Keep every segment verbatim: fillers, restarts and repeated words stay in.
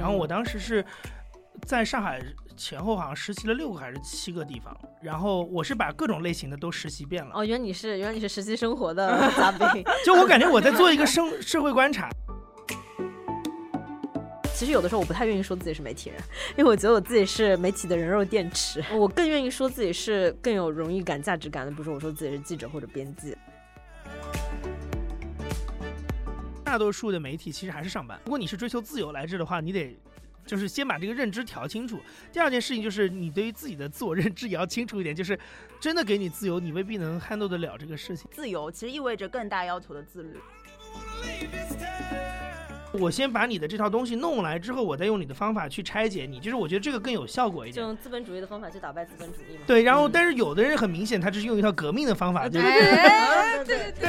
然后我当时是在上海前后好像实习了六个还是七个地方，然后我是把各种类型的都实习遍了。 哦，原来你是原来你是实习生活的嘉宾， 就我感觉我在做一个生社会观察。 其实有的时候我不太愿意说自己是媒体人，因为我觉得我自己是媒体的人肉电池，我更愿意说自己是更有荣誉感、价值感的，比如说我说自己是记者或者编辑。 大多数的媒体其实还是上班，如果你是追求自由来着的话，你得就是先把这个认知调清楚。第二件事情就是你对于自己的自我认知也要清楚一点，就是真的给你自由，你未必能 handle 得了这个事情。 自由其实意味着更大要求的自律。 我先把你的这套东西弄来之后，我再用你的方法去拆解你，就是我觉得这个更有效果一点。 就用资本主义的方法去打败资本主义嘛。 对，然后、嗯、但是有的人很明显，他只是用一套革命的方法。对对对对。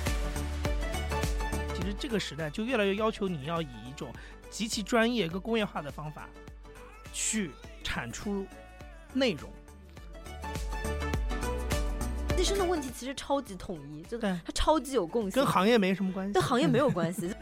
其实这个时代就越来越要求你要以一种极其专业跟工业化的方法去产出内容。 自身的问题其实超级统一，就它超级有共性， 跟行业没什么关系， 跟行业没有关系。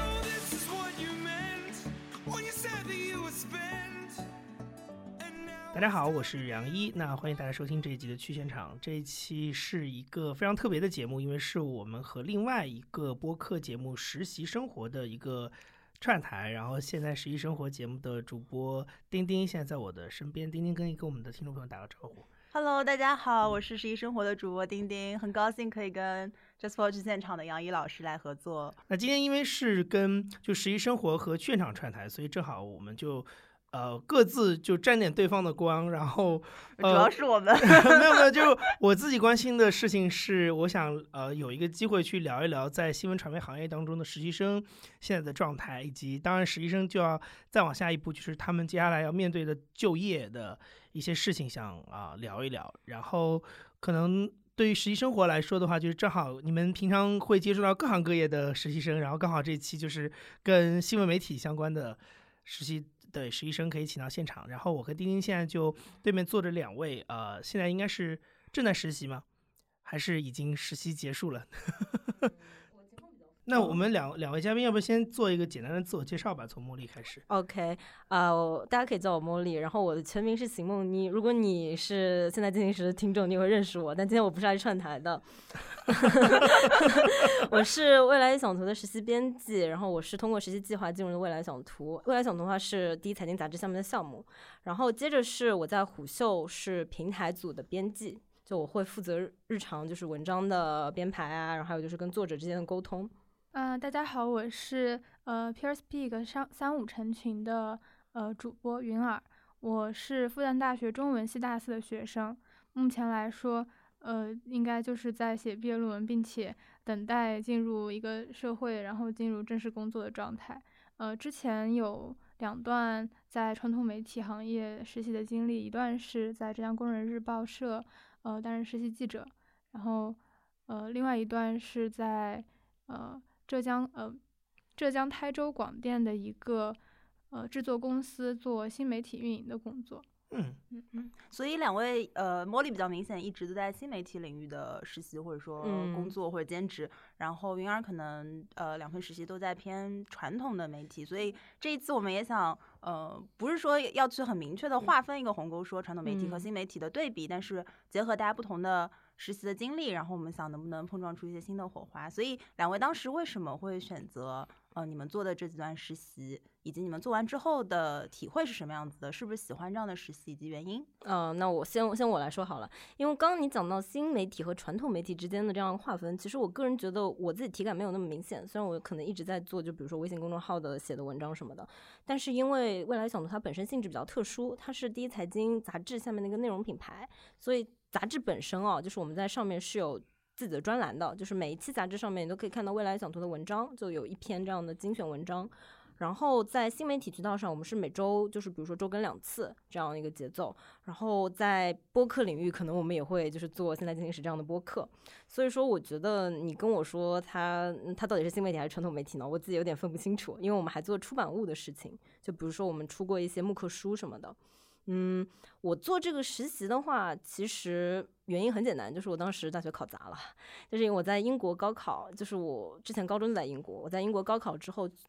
大家好，我是杨一，那欢迎大家收听这一集的去现场。这一期是一个非常特别的节目，因为是我们和另外一个播客节目实习生活的一个串台，然后现在实习生活节目的主播丁丁现在在我的身边，丁丁跟跟我们的听众朋友打个招呼。 Hello， 大家好，我是实习生活的主播丁丁，很高兴可以跟 Just for 去现场的杨一老师来合作。 那今天因为是跟就实习生活和去现场串台，所以正好我们就呃各自就沾点对方的光，然后、呃、 主要是我们没有没有，就是我自己关心的事情是，我想呃有一个机会去聊一聊在新闻传媒行业当中的实习生现在的状态，以及当然实习生就要再往下一步，就是他们接下来要面对的就业的一些事情想啊、呃、聊一聊。然后可能对于实习生活来说的话，就是正好你们平常会接触到各行各业的实习生，然后刚好这一期就是跟新闻媒体相关的实习对实习生可以请到现场。然后我和丁丁现在就对面坐着两位呃现在应该是正在实习吗？还是已经实习结束了？那我们两两位嘉宾要不先做一个简单的自我介绍吧，从茉莉开始。 OK， 啊、呃，大家可以叫我茉莉，然后我的全名是邢梦妮。如果你是现在进行时的听众，你会认识我，但今天我不是来串台的。我是未来想图的实习编辑，然后我是通过实习计划进入的未来想图。未来想图的话是第一财经杂志下面的项目，然后接着是我在虎嗅是平台组的编辑，就我会负责日常就是文章的编排啊，然后还有就是跟作者之间的沟通。 嗯、呃，大家好，我是呃 PeerSpeak 上三五成群的呃主播云儿，我是复旦大学中文系大四的学生，目前来说，呃，应该就是在写毕业论文，并且等待进入一个社会，然后进入正式工作的状态。呃，之前有两段在传统媒体行业实习的经历，一段是在浙江工人日报社呃担任实习记者，然后呃另外一段是在呃。浙江呃，浙江台州广电的一个呃制作公司做新媒体运营的工作。 嗯嗯嗯，所以两位呃，茉莉比较明显一直都在新媒体领域的实习或者说工作或者兼职，嗯、然后云儿可能呃两份实习都在偏传统的媒体，所以这一次我们也想呃不是说要去很明确的划分一个鸿沟，说传统媒体和新媒体的对比，嗯、但是结合大家不同的实习的经历，然后我们想能不能碰撞出一些新的火花。所以两位当时为什么会选择呃你们做的这几段实习，以及你们做完之后的体会是什么样子的？是不是喜欢这样的实习以及原因？ 嗯、呃，那我先先我来说好了，因为刚刚你讲到新媒体和传统媒体之间的这样划分，其实我个人觉得我自己体感没有那么明显。虽然我可能一直在做，就比如说微信公众号的写的文章什么的，但是因为未来想图它本身性质比较特殊，它是第一财经杂志下面的一个内容品牌，所以杂志本身哦，就是我们在上面是有自己的专栏的，就是每一期杂志上面你都可以看到未来想图的文章，就有一篇这样的精选文章。然后在新媒体渠道上，我们是每周就是比如说周更两次这样一个节奏。然后在播客领域，可能我们也会就是做现在进行时这样的播客。所以说，我觉得你跟我说它它到底是新媒体还是传统媒体呢？我自己有点分不清楚，因为我们还做出版物的事情，就比如说我们出过一些木刻书什么的。嗯，我做这个实习的话，其实原因很简单，就是我当时大学考砸了，就是因为我在英国高考，就是我之前高中就在英国，我在英国高考之后。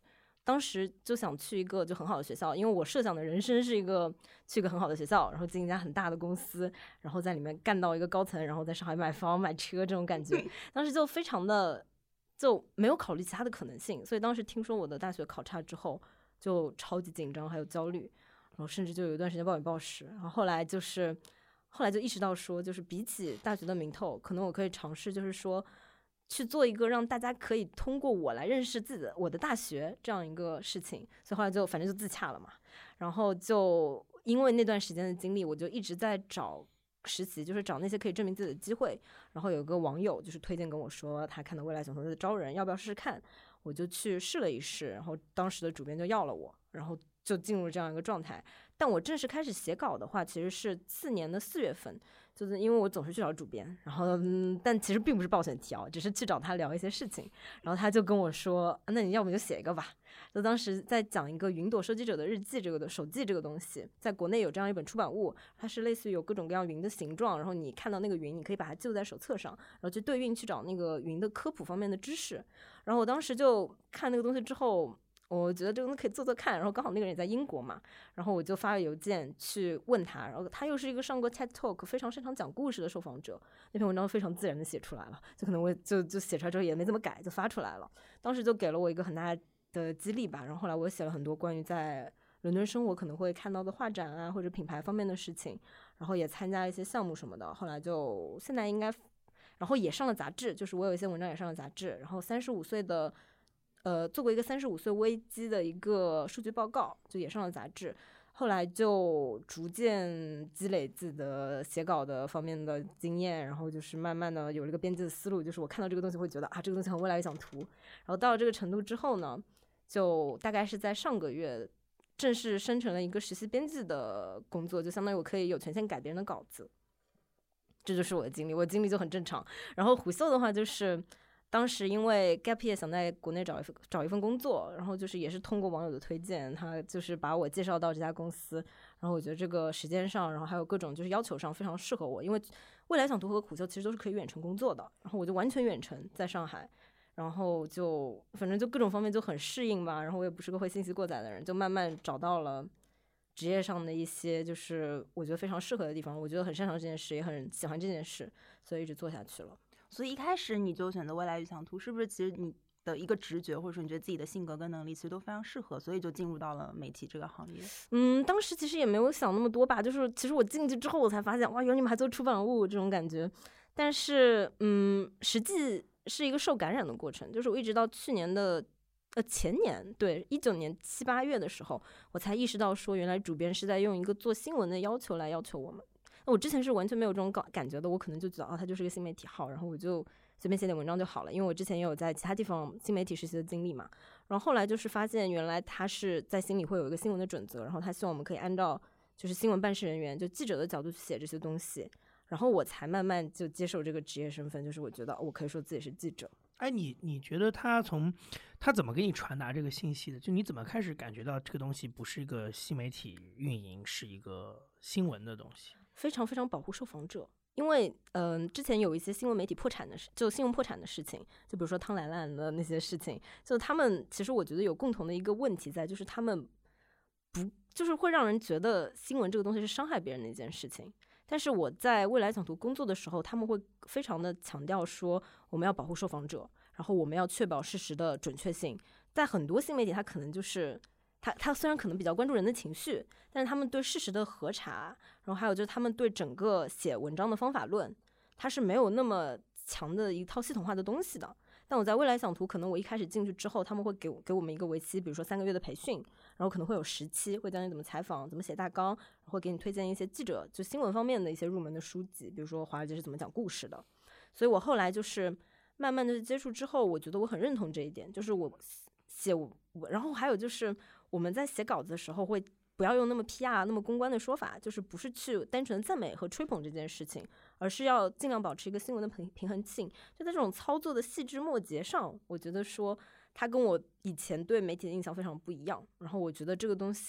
当时就想去一个就很好的学校，因为我设想的人生是一个去一个很好的学校，然后进一家很大的公司，然后在里面干到一个高层，然后在上海买房买车这种感觉。当时就非常的就没有考虑其他的可能性，所以当时听说我的大学考差之后就超级紧张还有焦虑，然后甚至就有一段时间暴饮暴食。然后后来就是后来就意识到说，就是比起大学的名头，可能我可以尝试就是说去做一个让大家可以通过我来认识自己的我的大学这样一个事情。所以后来就反正就自洽了嘛。然后就因为那段时间的经历，我就一直在找实习，就是找那些可以证明自己的机会。然后有个网友就是推荐跟我说，他看到未来小童在招人，要不要试试看？我就去试了一试，然后当时的主编就要了我，然后就进入这样一个状态。但我正式开始写稿的话，其实是次年的四月份，就是因为我总是去找主编，然后嗯，但其实并不是报选题哦，只是去找他聊一些事情。然后他就跟我说，那你要不就写一个吧。就当时在讲一个云朵收集者的日记这个的手记这个东西，在国内有这样一本出版物，它是类似于有各种各样云的形状，然后你看到那个云，你可以把它记录在手册上，然后去对应去找那个云的科普方面的知识。然后我当时就看那个东西之后，我觉得这个东西可以做做看，然后刚好那个人也在英国嘛，然后我就发了邮件去问他，然后他又是一个上过 TED Talk 非常擅长讲故事的受访者，那篇文章非常自然的写出来了，就可能我就就写出来之后也没怎么改就发出来了，当时就给了我一个很大的激励吧。然后后来我写了很多关于在伦敦生活可能会看到的画展啊或者品牌方面的事情，然后也参加一些项目什么的，后来就现在应该然后也上了杂志，就是我有一些文章也上了杂志，然后三十五岁的呃做过一个三十五岁危机的一个数据报告，就也上了杂志。后来就逐渐积累自己的写稿的方面的经验，然后就是慢慢的有了一个编辑的思路，就是我看到这个东西会觉得啊这个东西很未来想图，然后到了这个程度之后呢，就大概是在上个月正式生成了一个实习编辑的工作，就相当于我可以有权限改别人的稿子。这就是我的经历，我的经历就很正常。然后虎嗅的话，就是当时因为 gap year 想在国内找一份找一份工作，然后就是也是通过网友的推荐，他就是把我介绍到这家公司，然后我觉得这个时间上，然后还有各种就是要求上非常适合我，因为未来想图和虎嗅其实都是可以远程工作的，然后我就完全远程在上海，然后就反正就各种方面就很适应吧，然后我也不是个会信息过载的人，就慢慢找到了职业上的一些就是我觉得非常适合的地方，我觉得很擅长这件事，也很喜欢这件事，所以一直做下去了。 所以一开始你就选择未来预想图，是不是其实你的一个直觉，或者说你觉得自己的性格跟能力其实都非常适合，所以就进入到了媒体这个行业？ 嗯，当时其实也没有想那么多吧，就是其实我进去之后我才发现，哇，原来你们还做出版物这种感觉。但是嗯，实际是一个受感染的过程，就是我一直到去年的呃前年，对，一九年七八月的时候，我才意识到说，原来主编是在用一个做新闻的要求来要求我们。那我之前是完全没有这种感觉的，我可能就觉得啊，它就是个新媒体号，然后我就随便写点文章就好了，因为我之前也有在其他地方新媒体实习的经历嘛。然后后来就是发现，原来他是在心里会有一个新闻的准则，然后他希望我们可以按照就是新闻办事人员就记者的角度去写这些东西，然后我才慢慢就接受这个职业身份，就是我觉得我可以说自己是记者。 哎，你你觉得他从他怎么给你传达这个信息的？就你怎么开始感觉到这个东西不是一个新媒体运营，是一个新闻的东西？ 非常非常保护受访者，因为嗯、呃，之前有一些新闻媒体破产的事，就新闻破产的事情，就比如说汤兰兰的那些事情，就他们其实我觉得有共同的一个问题在，就是他们不就是会让人觉得新闻这个东西是伤害别人的一件事情。但是我在未来想图工作的时候，他们会非常的强调说我们要保护受访者，然后我们要确保事实的准确性。在很多新媒体，它可能就是他他虽然可能比较关注人的情绪，但是他们对事实的核查，然后还有就是他们对整个写文章的方法论，它是没有那么强的一套系统化的东西的。但我在未来想图，可能我一开始进去之后，他们会给我给我们一个为期，比如说三个月的培训，然后可能会有十期，会教你怎么采访、怎么写大纲，然后会给你推荐一些记者就新闻方面的一些入门的书籍，比如说华尔街是怎么讲故事的。所以我后来就是慢慢的接触之后，我觉得我很认同这一点，就是我写我，然后还有就是我们在写稿子的时候会不要用那么 P R 那么公关的说法，就是不是去单纯的赞美和吹捧这件事情，而是要尽量保持一个新闻的平平衡性。就在这种操作的细枝末节上，我觉得说它跟我以前对媒体的印象非常不一样。然后我觉得这个东西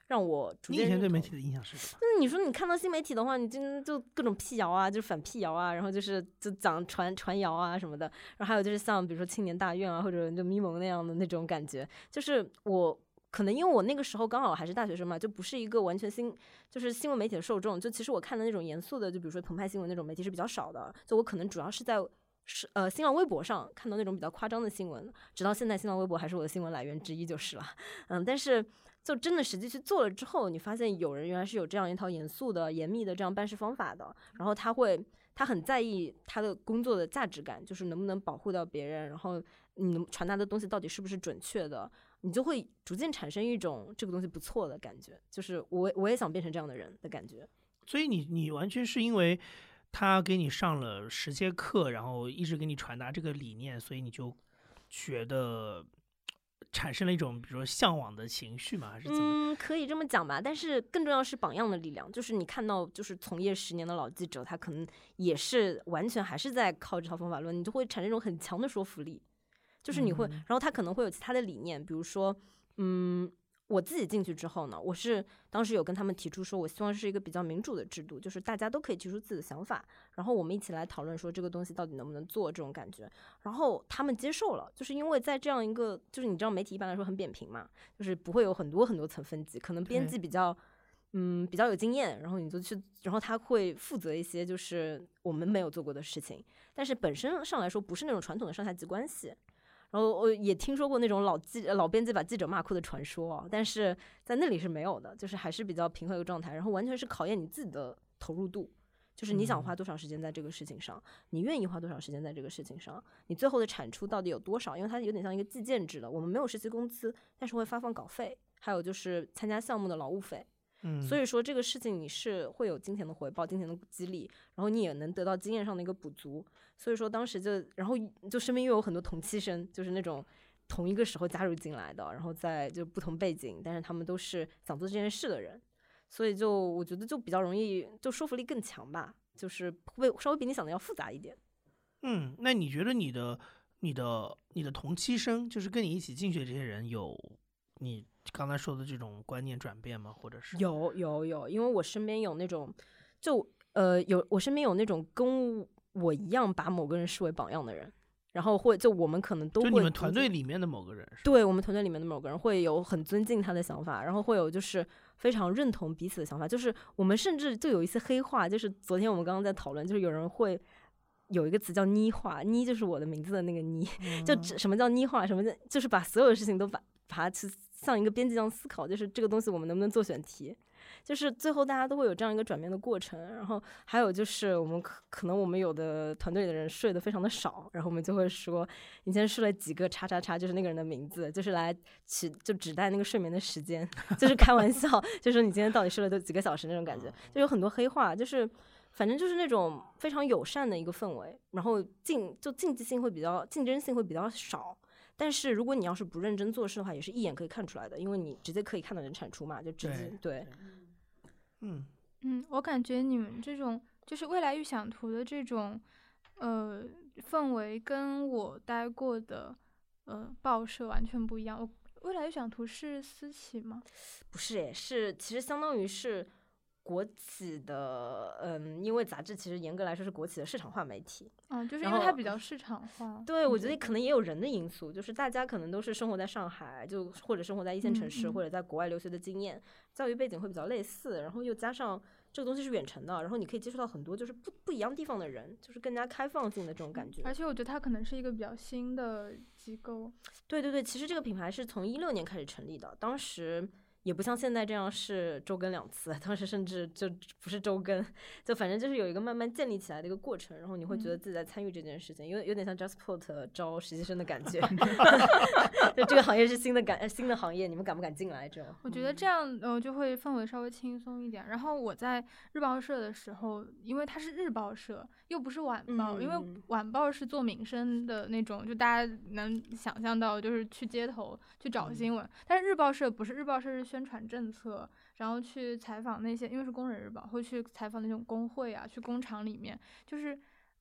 让我逐渐。 你以前对媒体的印象是什么？ 那你说你看到新媒体的话，你就就各种辟谣啊，就是反辟谣啊，然后就是就讲传传谣啊什么的，然后还有就是像比如说青年大院啊，或者就咪蒙那样的那种感觉，就是我。可能因为我那个时候刚好还是大学生嘛，就不是一个完全新就是新闻媒体的受众，就其实我看的那种严肃的，就比如说澎湃新闻那种媒体是比较少的，就我可能主要是在是呃新浪微博上看到那种比较夸张的新闻，直到现在新浪微博还是我的新闻来源之一就是了，嗯，但是就真的实际去做了之后，你发现有人原来是有这样一套严肃的严密的这样办事方法的，然后他会他很在意他的工作的价值感，就是能不能保护到别人，然后你能传达的东西到底是不是准确的，你就会逐渐产生一种这个东西不错的感觉，就是我我也想变成这样的人的感觉。 所以你你完全是因为他给你上了十节课，然后一直给你传达这个理念，所以你就觉得产生了一种比如说向往的情绪吗？还是怎么？ 嗯，可以这么讲吧。但是更重要是榜样的力量，就是你看到就是从业十年的老记者，他可能也是完全还是在靠这套方法论，你就会产生一种很强的说服力。就是你会，然后他可能会有其他的理念，比如说，嗯，我自己进去之后呢，我是当时有跟他们提出说，我希望是一个比较民主的制度，就是大家都可以提出自己的想法，然后我们一起来讨论说这个东西到底能不能做这种感觉，然后他们接受了，就是因为在这样一个，就是你知道媒体一般来说很扁平嘛，就是不会有很多很多层分级，可能编辑比较。嗯，比较有经验，然后你就去，然后他会负责一些就是我们没有做过的事情，但是本身上来说不是那种传统的上下级关系。然后我也听说过那种老记老编辑把记者骂哭的传说啊，但是在那里是没有的，就是还是比较平和的状态，然后完全是考验你自己的投入度，就是你想花多少时间在这个事情上，你愿意花多少时间在这个事情上，你最后的产出到底有多少，因为它有点像一个计件制的，我们没有实习工资，但是会发放稿费，还有就是参加项目的劳务费。 嗯， 所以说这个事情你是会有金钱的回报，金钱的激励，然后你也能得到经验上的一个补足。所以说当时就，然后就身边又有很多同期生，就是那种同一个时候加入进来的，然后在就不同背景，但是他们都是想做这件事的人，所以就我觉得就比较容易，就说服力更强吧，就是会稍微比你想的要复杂一点。 嗯，那你觉得你的、你的、你的同期生，就是跟你一起进去的这些人，有你刚才说的这种观念转变吗？或者是有有有，因为我身边有那种，就呃有我身边有那种跟我一样把某个人视为榜样的人，然后会就我们可能都会， 就你们团队里面的某个人是吧？ 对，我们团队里面的某个人会有很尊敬他的想法，然后会有就是非常认同彼此的想法，就是我们甚至就有一些黑话，就是昨天我们刚刚在讨论，就是有人会有一个词叫妮化，妮就是我的名字的那个妮， 嗯、 就什么叫妮化，什么叫就是把所有的事情都把把它去像一个编辑一样思考，就是这个东西我们能不能做选题，就是最后大家都会有这样一个转变的过程。然后还有就是我们可可能我们有的团队的人睡得非常的少，然后我们就会说你今天睡了几个叉叉叉，就是那个人的名字，就是来取就指代那个睡眠的时间，就是开玩笑，就说你今天到底睡了都几个小时那种感觉，就有很多黑话，就是反正就是那种非常友善的一个氛围，然后竞就竞技性会比较竞争性会比较少。但是如果你要是不认真做事的话，也是一眼可以看出来的，因为你直接可以看到人产出嘛，就直接 对, 对嗯嗯，我感觉你们这种就是未来预想图的这种呃氛围，跟我待过的呃报社完全不一样。我未来预想图是私企吗？ 不是耶，是其实相当于是国企的，嗯，因为杂志其实严格来说是国企的市场化媒体。 嗯，就是因为它比较市场化。 对，我觉得可能也有人的因素，就是大家可能都是生活在上海，就或者生活在一线城市， 嗯嗯或者在国外留学的经验，教育背景会比较类似，然后又加上这个东西是远程的，然后你可以接触到很多就是不不一样地方的人，就是更加开放性的这种感觉。 而且我觉得它可能是一个比较新的机构。 对对对，其实这个品牌是从一六年开始成立的，当时也不像现在这样是周更两次，当时甚至就不是周更，就反正就是有一个慢慢建立起来的一个过程，然后你会觉得自己在参与这件事情，有有点像 JustPort 招实习生的感觉，就这个行业是新的感新的行业，你们敢不敢进来？这种我觉得这样呃就会氛围稍微轻松一点。然后我在日报社的时候，因为它是日报社，又不是晚报， 嗯、 因为晚报是做民生的那种，就大家能想象到就是去街头去找新闻，嗯、但是日报社不是，日报社是宣传政策，然后去采访那些，因为是工人日报，会去采访那种工会啊，去工厂里面，就是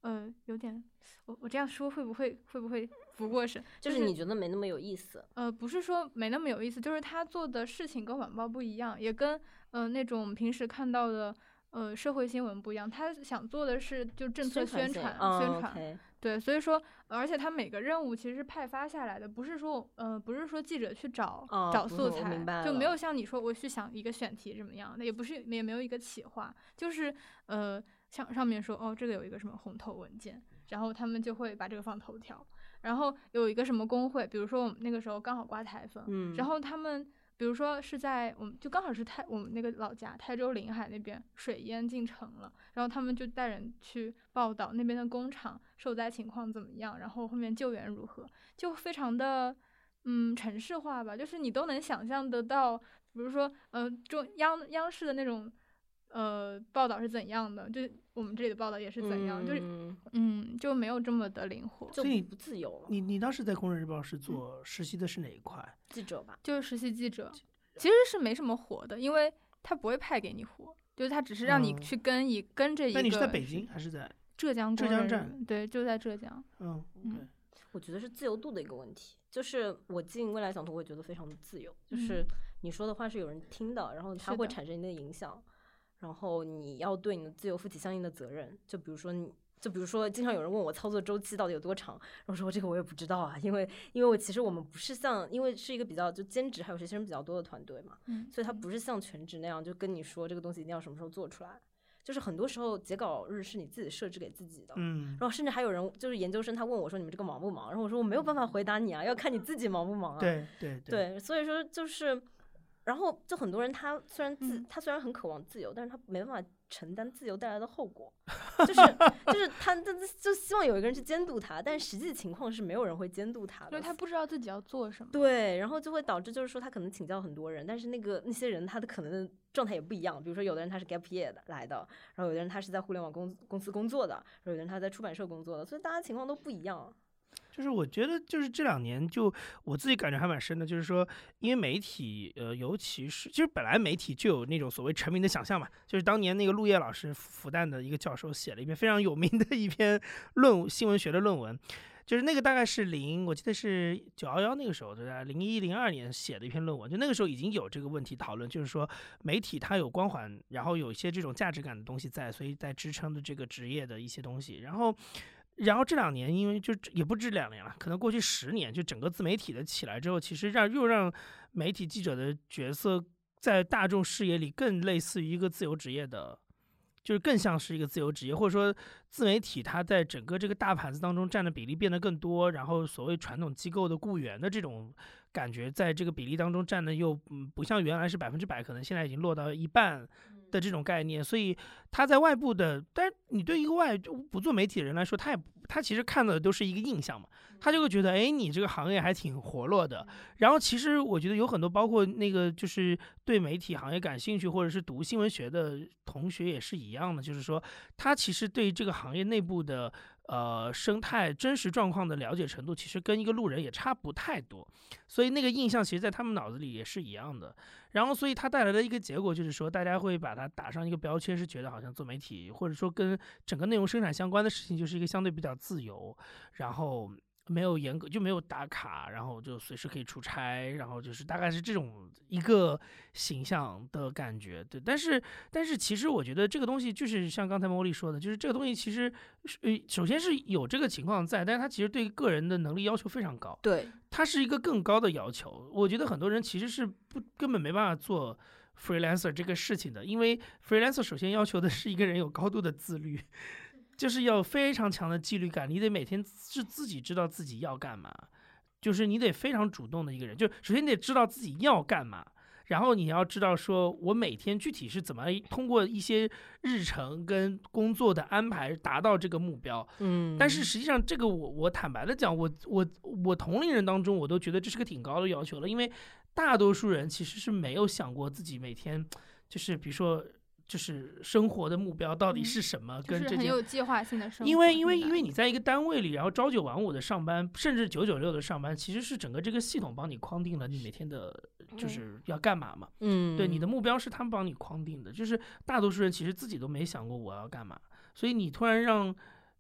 呃有点，我我这样说会不会会不会不过审？ 就是你觉得没那么有意思？ 呃，不是说没那么有意思，就是他做的事情跟晚报不一样，也跟呃那种我们平时看到的呃社会新闻不一样。他想做的是就政策宣传宣传。 宣传 okay 对，所以说，而且他每个任务其实是派发下来的，不是说，呃，不是说记者去找、 哦、 找素材，就没有像你说我去想一个选题怎么样的，也不是也没有一个企划，就是呃，像上面说哦，这个有一个什么红头文件，然后他们就会把这个放头条，然后有一个什么工会，比如说我们那个时候刚好刮台风， 嗯， 然后他们。比如说是在我们就刚好是泰我们那个老家台州临海那边水淹进城了，然后他们就带人去报道那边的工厂受灾情况怎么样，然后后面救援如何，就非常的嗯城市化吧，就是你都能想象得到，比如说呃中央央视的那种呃报道是怎样的，就是我们这里的报道也是怎样， 嗯、 就是嗯就没有这么的灵活， 就不自由了。 你你当时在工人日报是做实习的是哪一块？ 嗯、记者吧， 就是实习记者，其实是没什么活的，因为他不会派给你活，就是他只是让你去跟一、嗯、跟着一个。 那你是在北京还是在浙江？ 浙江站， 对，就在浙江。 嗯， 嗯， 我觉得是自由度的一个问题，就是我进未来想图，我觉得非常的自由，就是你说的话是有人听的，然后它会产生一定的影响。然后你要对你的自由负起相应的责任，就比如说你，就比如说经常有人问我操作周期到底有多长，然后说这个我也不知道啊，因为因为我其实我们不是像，因为是一个比较就兼职还有实习生比较多的团队嘛， 嗯， 所以它不是像全职那样就跟你说这个东西一定要什么时候做出来，就是很多时候截稿日是你自己设置给自己的， 嗯， 然后甚至还有人就是研究生他问我说你们这个忙不忙，然后我说我没有办法回答你啊，要看你自己忙不忙啊， 对对对, 对，所以说就是。然后就很多人他虽然自、嗯、他虽然很渴望自由，但是他没办法承担自由带来的后果，就是就是他就希望有一个人去监督他，但是实际情况是没有人会监督他的， 因为他不知道自己要做什么。 对，然后就会导致就是说他可能请教很多人，但是那个那些人他的可能的状态也不一样，比如说有的人他是 gap year 来的，然后有的人他是在互联网公公司工作的，然后有的人他在出版社工作的，所以大家情况都不一样。 就是我觉得就是这两年就我自己感觉还蛮深的，就是说因为媒体呃尤其是其实本来媒体就有那种所谓成名的想象嘛，就是当年那个陆叶老师复旦的一个教授写了一篇非常有名的一篇论新闻学的论文，就是那个大概是零我记得是九一一那个时候对吧，零一零二年写的一篇论文，就那个时候已经有这个问题讨论，就是说媒体它有光环，然后有一些这种价值感的东西在，所以在支撑的这个职业的一些东西，然后然后这两年，因为就也不止两年了，可能过去十年，就整个自媒体的起来之后，其实让又让媒体记者的角色在大众视野里更类似于一个自由职业的，就是更像是一个自由职业，或者说自媒体它在整个这个大盘子当中占的比例变得更多，然后所谓传统机构的雇员的这种感觉，在这个比例当中占的又嗯不像原来是百分之百，可能现在已经落到一半的这种概念，所以他在外部的，但是你对一个外不做媒体的人来说，他也他其实看到的都是一个印象嘛，他就会觉得，哎，你这个行业还挺活络的。然后其实我觉得有很多，包括那个就是对媒体行业感兴趣或者是读新闻学的同学也是一样的，就是说他其实对这个行业内部的呃生态真实状况的了解程度，其实跟一个路人也差不太多，所以那个印象其实在他们脑子里也是一样的。然后所以它带来的一个结果就是说，大家会把它打上一个标签，是觉得好像做媒体或者说跟整个内容生产相关的事情就是一个相对比较自由，然后没有严格，就没有打卡，然后就随时可以出差，然后就是大概是这种一个形象的感觉。对，但是但是其实我觉得这个东西就是像刚才茉莉说的，就是这个东西其实呃首先是有这个情况在，但是它其实对个人的能力要求非常高， 对， 它是一个更高的要求。我觉得很多人其实是不根本没办法做 freelancer 这个事情的，因为 freelancer 首先要求的是一个人有高度的自律，就是要非常强的纪律感，你得每天是自己知道自己要干嘛，就是你得非常主动的一个人，就首先你得知道自己要干嘛，然后你要知道说我每天具体是怎么通过一些日程跟工作的安排达到这个目标。 嗯， 但是实际上这个我我坦白的讲，我我我同龄人当中我都觉得这是个挺高的要求了，因为大多数人其实是没有想过自己每天就是比如说就是生活的目标到底是什么，跟这就是很有计划性的生活。 因为因为因为你在一个单位里，然后朝九晚五的上班，甚至九九六的上班，其实是整个这个系统帮你框定了你每天的就是要干嘛嘛。 嗯， 对，你的目标是他们帮你框定的，就是大多数人其实自己都没想过我要干嘛，所以你突然让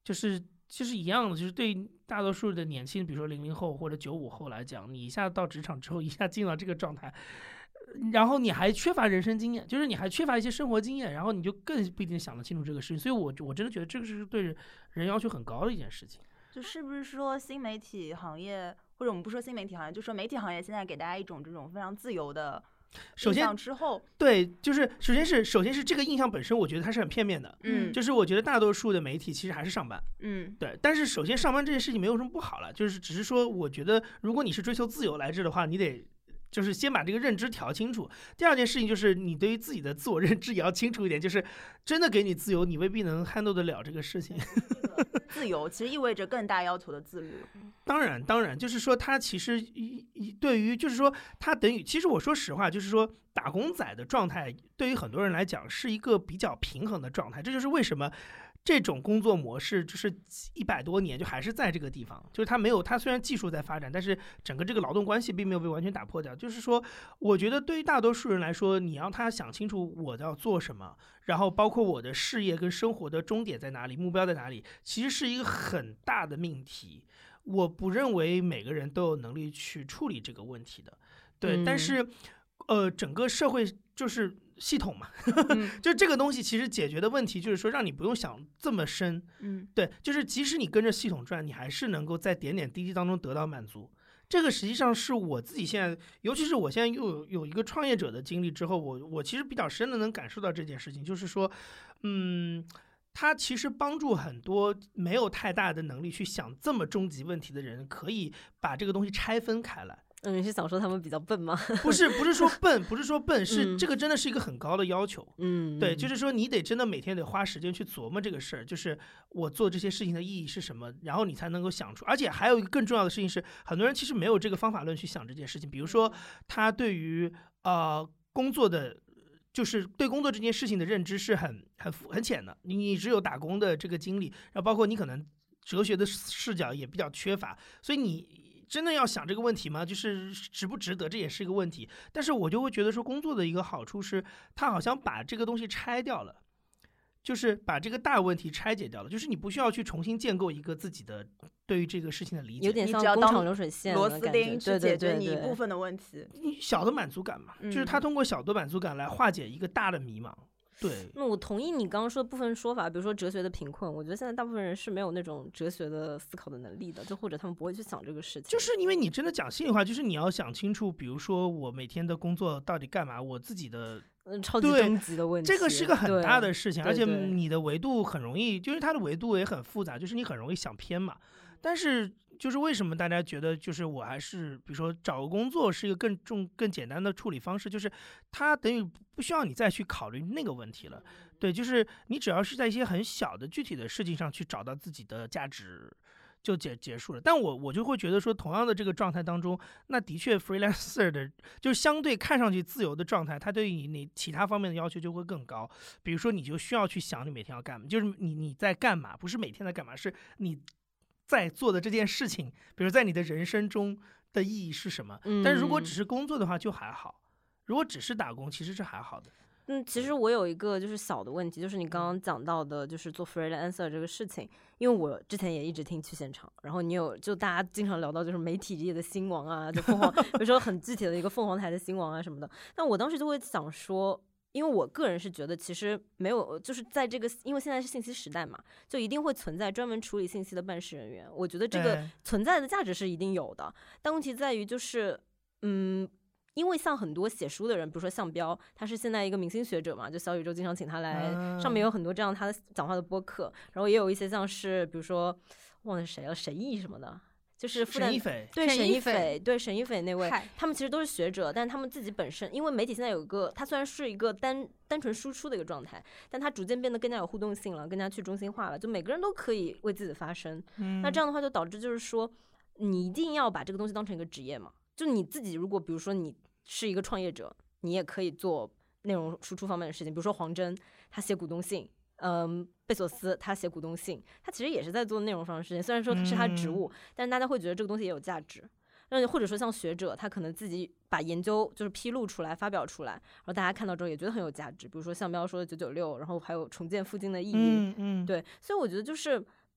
就是就是一样的，就是对大多数的年轻，比如说零零后或者九五后来讲，你一下到职场之后，一下进到这个状态，然后你还缺乏人生经验，就是你还缺乏一些生活经验，然后你就更不一定想得清楚这个事情。所以我我真的觉得这个是对人要求很高的一件事情。 就是不是说新媒体行业，或者我们不说新媒体行业，就说媒体行业现在给大家一种这种非常自由的首先之后， 对，就是首先是首先是这个印象本身，我觉得它是很片面的。 嗯， 就是我觉得大多数的媒体其实还是上班。 嗯， 对。但是首先上班这件事情没有什么不好了，就是只是说，我觉得如果你是追求自由来着的话，你得就是先把这个认知调清楚。第二件事情就是你对于自己的自我认知也要清楚一点，就是真的给你自由，你未必能 handle 得了这个事情。 自由其实意味着更大要求的自律。 当然，当然，就是说，它其实对于，就是说，它等于，其实我说实话，就是说，打工仔的状态对于很多人来讲是一个比较平衡的状态。这就是为什么这种工作模式就是一百多年就还是在这个地方，就是它没有，它虽然技术在发展，但是整个这个劳动关系并没有被完全打破掉。就是说，我觉得对于大多数人来说，你让他想清楚我要做什么，然后包括我的事业跟生活的终点在哪里，目标在哪里，其实是一个很大的命题。我不认为每个人都有能力去处理这个问题的，对，嗯、但是，呃，整个社会就是系统嘛，嗯、就这个东西其实解决的问题就是说，让你不用想这么深， 嗯， 对，就是即使你跟着系统转，你还是能够在点点滴滴当中得到满足。这个实际上是我自己现在，尤其是我现在又有有一个创业者的经历之后，我我其实比较深的能感受到这件事情，就是说，嗯。它其实帮助很多没有太大的能力去想这么终极问题的人，可以把这个东西拆分开来。 嗯，你是想说他们比较笨吗？ 不是，不是说笨，不是说笨，是这个真的是一个很高的要求。 嗯， 对，就是说你得真的每天得花时间去琢磨这个事儿，就是我做这些事情的意义是什么，然后你才能够想出。而且还有一个更重要的事情是，很多人其实没有这个方法论去想这件事情。比如说，他对于呃工作的。就是对工作这件事情的认知是很很很浅的，你只有打工的这个经历，然后包括你可能哲学的视角也比较缺乏，所以你真的要想这个问题吗？就是值不值得，这也是一个问题。但是我就会觉得说，工作的一个好处是，它好像把这个东西拆掉了，就是把这个大问题拆解掉了，就是你不需要去重新建构一个自己的对于这个事情的理解， 有点像工厂流水线螺丝钉去解决你一部分的问题， 你小的满足感嘛，嗯、就是他通过小的满足感来化解一个大的迷茫。对， 那我同意你刚刚说的部分说法，比如说哲学的贫困，我觉得现在大部分人是没有那种哲学的思考的能力的，就或者他们不会去想这个事情。 就是因为你真的讲心里话，就是你要想清楚，比如说我每天的工作到底干嘛，我自己的。 嗯，超级终极的问题， 这个是个很大的事情，而且你的维度很容易，就是它的维度也很复杂，就是你很容易想偏嘛。但是就是为什么大家觉得就是我还是比如说找个工作是一个更重更简单的处理方式，就是它等于不需要你再去考虑那个问题了。对，就是你只要是在一些很小的具体的事情上去找到自己的价值。就结结束了，但我我就会觉得说，同样的这个状态当中，那的确 freelancer 的，就是相对看上去自由的状态，它对于你你其他方面的要求就会更高。比如说，你就需要去想你每天要干嘛，就是你你在干嘛，不是每天在干嘛，是你在做的这件事情，比如在你的人生中的意义是什么。但是如果只是工作的话，就还好；如果只是打工，其实是还好的。 嗯，其实我有一个就是小的问题，就是你刚刚讲到的，就是做 freelancer 这个事情，因为我之前也一直听去现场，然后你有就大家经常聊到就是媒体业的兴亡啊，就凤凰，比如说很具体的一个凤凰台的兴亡啊什么的，但我当时就会想说，因为我个人是觉得其实没有，就是在这个，因为现在是信息时代嘛，就一定会存在专门处理信息的办事人员，我觉得这个存在的价值是一定有的，但问题在于就是嗯。因为像很多写书的人，比如说向彪，他是现在一个明星学者嘛，就小宇宙经常请他来，嗯、上面有很多这样他的讲话的播客，然后也有一些像是比如说忘了谁了，沈毅什么的，就是沈一斐， 对沈一斐，对沈一斐那位，他们其实都是学者，但是他们自己本身，因为媒体现在有一个，它虽然是一个单单纯输出的一个状态，但它逐渐变得更加有互动性了，更加去中心化了，就每个人都可以为自己发声。嗯、那这样的话就导致就是说，你一定要把这个东西当成一个职业嘛，就你自己如果比如说你是一个创业者，你也可以做内容输出方面的事情，比如说黄峥，他写股东信，嗯，贝索斯他写股东信，他其实也是在做内容上的事情，虽然说是他职务，嗯、但是大家会觉得这个东西也有价值。那或者说像学者，他可能自己把研究就是披露出来、发表出来，然后大家看到之后也觉得很有价值。比如说像彪说的九九六，然后还有重建附近的意义， 嗯嗯， 对，所以我觉得就是。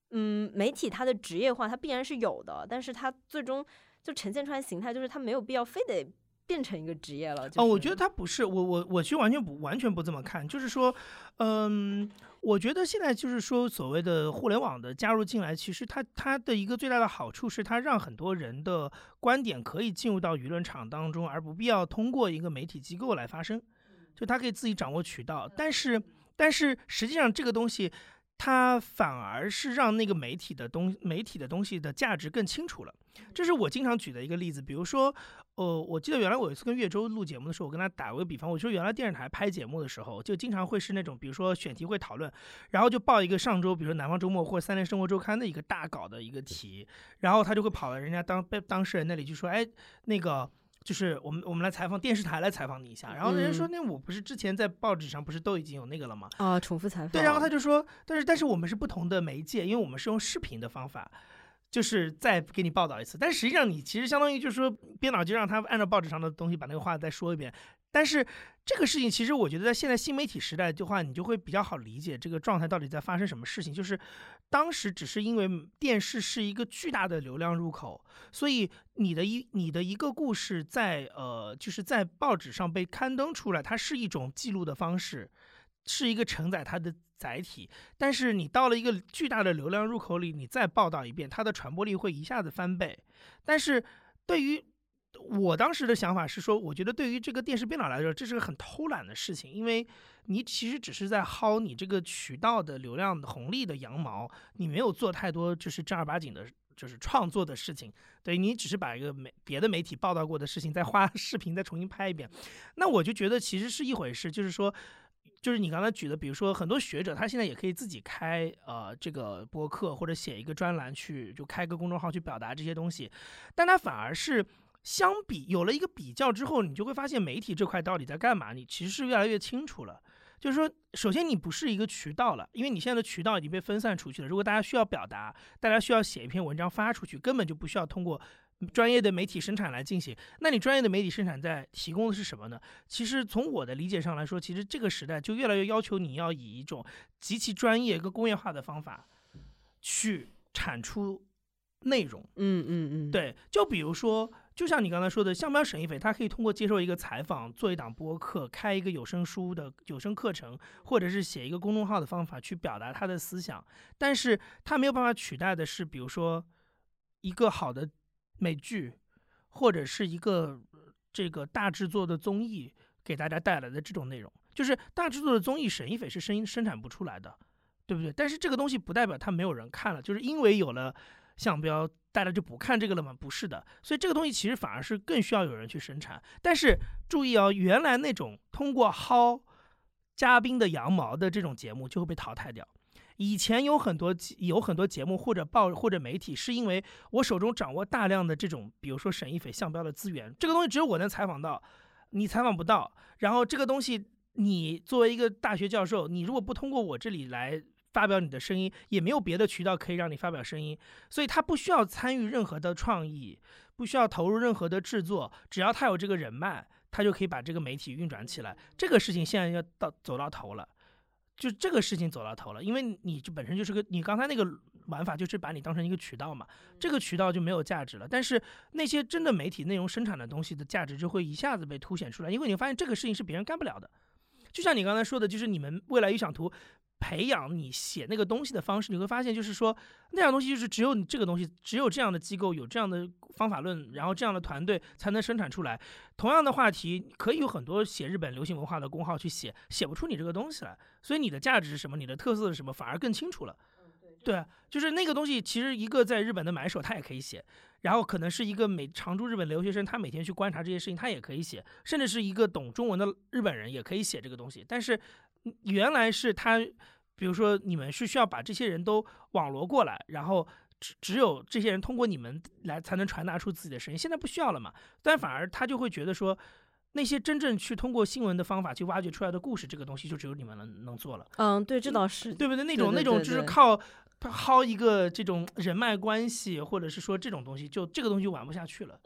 嗯，媒体它的职业化它必然是有的，但是它最终就呈现出来形态，就是它没有必要非得变成一个职业了。就是、 哦，我觉得它不是，我我我其实完全不完全不这么看，就是说，嗯，我觉得现在就是说所谓的互联网的加入进来，其实它它的一个最大的好处是它让很多人的观点可以进入到舆论场当中，而不必要通过一个媒体机构来发声，就它可以自己掌握渠道，但是但是实际上这个东西。它反而是让那个媒体的东媒体的东西的价值更清楚了，这是我经常举的一个例子。比如说，呃，我记得原来我有一次跟岳州录节目的时候，我跟他打过个比方，我说原来电视台拍节目的时候，就经常会是那种，比如说选题会讨论，然后就报一个上周，比如说南方周末或者三联生活周刊的一个大稿的一个题，然后他就会跑到人家当当事人那里去说，哎，那个。就是我们我们来采访电视台来采访你一下，然后人家说那我不是之前在报纸上不是都已经有那个了吗？ 啊，重复采访。 对，然后他就说，但是但是我们是不同的媒介，因为我们是用视频的方法，就是再给你报道一次。但实际上你其实相当于就是说编导就让他按照报纸上的东西把那个话再说一遍。但是这个事情其实我觉得在现在新媒体时代的话，你就会比较好理解这个状态到底在发生什么事情。就是当时只是因为电视是一个巨大的流量入口，所以你的一你的一个故事在呃就是在报纸上被刊登出来，它是一种记录的方式，是一个承载它的载体。但是你到了一个巨大的流量入口里，你再报道一遍，它的传播力会一下子翻倍。但是对于我当时的想法是说，我觉得对于这个电视编导来说，这是个很偷懒的事情，因为你其实只是在薅你这个渠道的流量红利的羊毛，你没有做太多就是正儿八经的，就是创作的事情。对，你只是把一个媒别的媒体报道过的事情，再花视频再重新拍一遍。那我就觉得其实是一回事，就是说。就是你刚才举的，比如说很多学者，他现在也可以自己开呃这个播客或者写一个专栏去，就开个公众号去表达这些东西，但他反而是相比有了一个比较之后，你就会发现媒体这块到底在干嘛，你其实是越来越清楚了。就是说，首先你不是一个渠道了，因为你现在的渠道已经被分散出去了。如果大家需要表达，大家需要写一篇文章发出去，根本就不需要通过专业的媒体生产来进行。那你专业的媒体生产在提供的是什么呢？其实从我的理解上来说，其实这个时代就越来越要求你要以一种极其专业跟工业化的方法去产出内容。 嗯嗯嗯， 对，就比如说，就像你刚才说的，项标沈一斐，他可以通过接受一个采访、做一档播客、开一个有声书的有声课程，或者是写一个公众号的方法去表达他的思想，但是他没有办法取代的是，比如说一个好的美剧，或者是一个这个大制作的综艺给大家带来的这种内容，就是大制作的综艺沈一斐是生生产不出来的，对不对？但是这个东西不代表它没有人看了，就是因为有了项标，大家就不看这个了吗？不是的，所以这个东西其实反而是更需要有人去生产。但是注意哦，原来那种通过薅嘉宾的羊毛的这种节目就会被淘汰掉。以前有很多有很多节目或者报或者媒体，是因为我手中掌握大量的这种，比如说沈一斐、项标的资源，这个东西只有我能采访到，你采访不到。然后这个东西，你作为一个大学教授，你如果不通过我这里来发表你的声音，也没有别的渠道可以让你发表声音，所以他不需要参与任何的创意，不需要投入任何的制作，只要他有这个人脉，他就可以把这个媒体运转起来。这个事情现在要到走到头了。就这个事情走到头了，因为你就本身就是个，你刚才那个玩法就是把你当成一个渠道嘛，这个渠道就没有价值了。但是那些真的媒体内容生产的东西的价值就会一下子被凸显出来，因为你发现这个事情是别人干不了的。就像你刚才说的，就是你们未来预想图培养你写那个东西的方式，你会发现就是说那样东西就是只有你这个东西，只有这样的机构有这样的方法论，然后这样的团队才能生产出来。同样的话题可以有很多写日本流行文化的公号去写，写不出你这个东西来。所以你的价值是什么，你的特色是什么，反而更清楚了。对啊，就是那个东西，其实一个在日本的买手他也可以写，然后可能是一个每常驻日本留学生，他每天去观察这些事情，他也可以写，甚至是一个懂中文的日本人也可以写这个东西。但是原来是他，比如说你们是需要把这些人都网罗过来，然后只只有这些人通过你们来才能传达出自己的声音，现在不需要了嘛？但反而他就会觉得说，那些真正去通过新闻的方法去挖掘出来的故事，这个东西就只有你们能能做了。 嗯，对，这倒是， 对不对？那种对对对对那种就是靠薅一个这种人脉关系，或者是说这种东西，就这个东西就玩不下去了。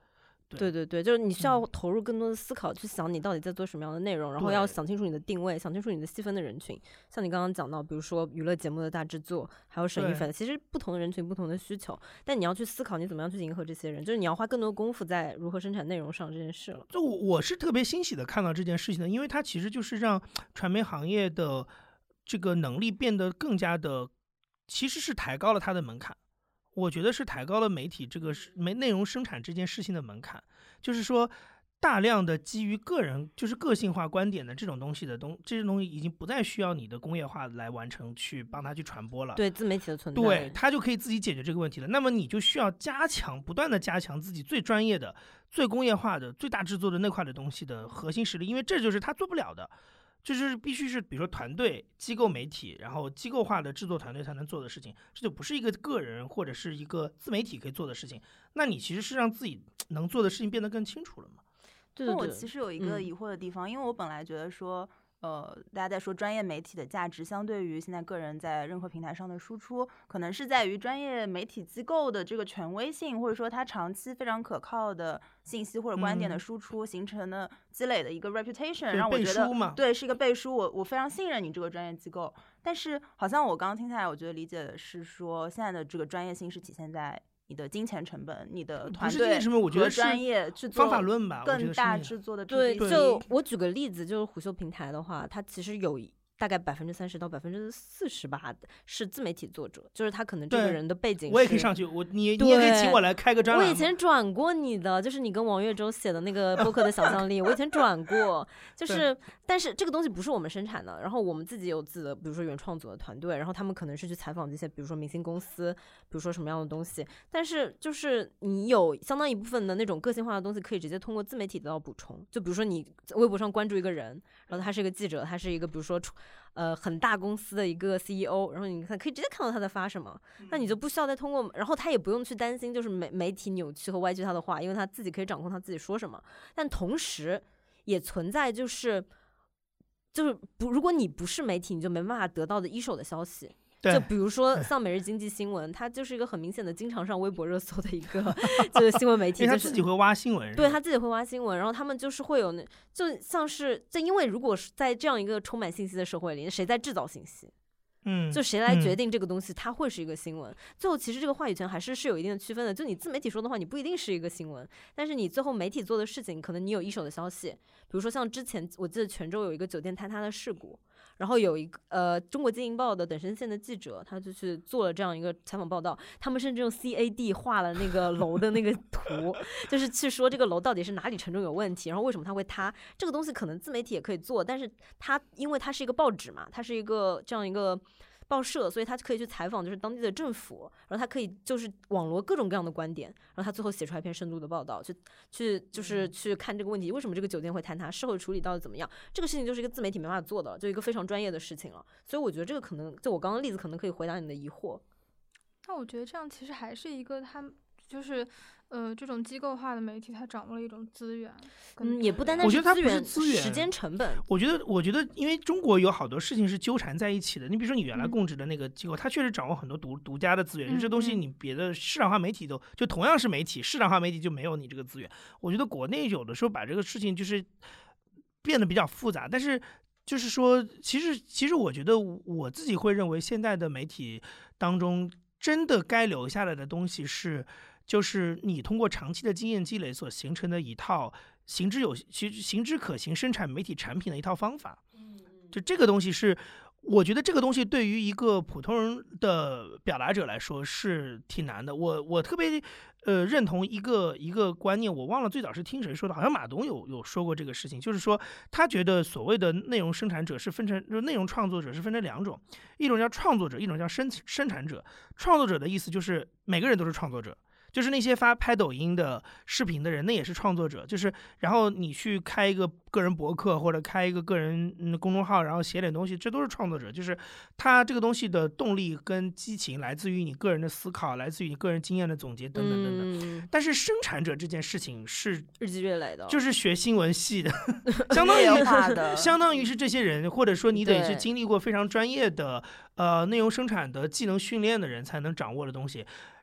对对对，就是你需要投入更多的思考，去想你到底在做什么样的内容，然后要想清楚你的定位，想清楚你的细分的人群。像你刚刚讲到，比如说娱乐节目的大制作，还有省预粉，其实不同的人群不同的需求，但你要去思考你怎么样去迎合这些人，就是你要花更多的功夫在如何生产内容上这件事了。 就我是特别欣喜的看到这件事情的，因为它其实就是让传媒行业的这个能力变得更加的，其实是抬高了它的门槛。我觉得是抬高了媒体这个媒内容生产这件事情的门槛，就是说大量的基于个人就是个性化观点的这种东西的东这些东西已经不再需要你的工业化来完成去帮它去传播了。 对自媒体的存在， 对它就可以自己解决这个问题了。那么你就需要加强不断的加强自己最专业的最工业化的最大制作的那块的东西的核心实力，因为这就是他做不了的，就是必须是比如说团队机构媒体然后机构化的制作团队才能做的事情，这就不是一个个人或者是一个自媒体可以做的事情。那你其实是让自己能做的事情变得更清楚了嘛。 对对对。 我其实有一个疑惑的地方、嗯、因为我本来觉得说呃，大家在说专业媒体的价值相对于现在个人在任何平台上的输出，可能是在于专业媒体机构的这个权威性，或者说它长期非常可靠的信息或者观点的输出、嗯、形成的积累的一个 reputation， 让我觉得对是一个背书，我我非常信任你这个专业机构。但是好像我刚刚听下来，我觉得理解的是说现在的这个专业性是体现在你的金钱成本，你的团队和专业去做方法论吧， 更大制作的 P P T。 对，就我举个例子，就是虎嗅平台的话，它其实有大概百分之三十到百分之四十吧，是自媒体作者，就是他可能这个人的背景是， 我也可以上去，我你你也可以请我来开个专栏。 我以前转过你的，就是你跟王岳洲写的那个播客的想象力，我以前转过，就是但是这个东西不是我们生产的，然后我们自己有自己的，比如说原创组的团队，然后他们可能是去采访这些，比如说明星公司，比如说什么样的东西，但是就是你有相当一部分的那种个性化的东西，可以直接通过自媒体得到补充。就比如说你微博上关注一个人，然后他是一个记者，他是一个比如说呃，很大公司的一个 C E O， 然后你看可以直接看到他在发什么，那你就不需要再通过，然后他也不用去担心就是媒媒体扭曲和歪曲他的话，因为他自己可以掌控他自己说什么。但同时也存在就是就是不，如果你不是媒体，你就没办法得到的一手的消息。就比如说像每日经济新闻，它就是一个很明显的经常上微博热搜的一个就是新闻媒体， 因为他自己会挖新闻， 对他自己会挖新闻，然后他们就是会有那就像是就因为如果是在这样一个充满信息的社会里，谁在制造信息？ 嗯， 就谁来决定这个东西、嗯、它会是一个新闻。最后其实这个话语权还是是有一定的区分的，就你自媒体说的话你不一定是一个新闻，但是你最后媒体做的事情可能你有一手的消息。比如说像之前我记得泉州有一个酒店坍塌的事故，然后有一个呃中国经营报的等身线的记者，他就去做了这样一个采访报道，他们甚至用 C A D 画了那个楼的那个图就是去说这个楼到底是哪里承重有问题，然后为什么它会塌。这个东西可能自媒体也可以做，但是它因为它是一个报纸嘛，它是一个这样一个报社，所以他可以去采访就是当地的政府，然后他可以就是网罗各种各样的观点，然后他最后写出来一篇深度的报道，去去就是去看这个问题为什么这个酒店会坍塌，事后处理到底怎么样。这个事情就是一个自媒体没办法做的，就一个非常专业的事情了。所以我觉得这个可能就我刚刚的例子可能可以回答你的疑惑。 那我觉得这样其实还是一个他就是呃，这种机构化的媒体，它掌握了一种资源， 嗯，也不单单是资源，我觉得它不是资源，时间成本。 我觉得，我觉得，因为中国有好多事情是纠缠在一起的。你比如说，你原来供职的那个机构，嗯、它确实掌握很多独独家的资源，嗯、这东西你别的市场化媒体都就同样是媒体，市场化媒体就没有你这个资源。我觉得国内有的时候把这个事情就是变得比较复杂，但是就是说，其实其实我觉得我自己会认为，现在的媒体当中真的该留下来的东西是。就是你通过长期的经验积累所形成的一套行之有其行之可行生产媒体产品的一套方法，就这个东西是我觉得这个东西对于一个普通人的表达者来说是挺难的。我我特别呃认同一个一个观念，我忘了最早是听谁说的，好像马东有有说过这个事情，就是说他觉得所谓的内容生产者是分成，就是内容创作者是分成两种，一种叫创作者，一种叫生生产者。创作者的意思就是每个人都是创作者。就是那些发拍抖音的视频的人，那也是创作者。就是然后你去开一个个人博客或者开一个个人公众号，然后写点东西，这都是创作者。就是他这个东西的动力跟激情来自于你个人的思考，来自于你个人经验的总结等等等等。 嗯、 但是生产者这件事情是日积月累的， 就是学新闻系的，相当于相当于是这些人，或者说你得是经历过非常专业的呃内容生产的技能训练的人才能掌握的东西。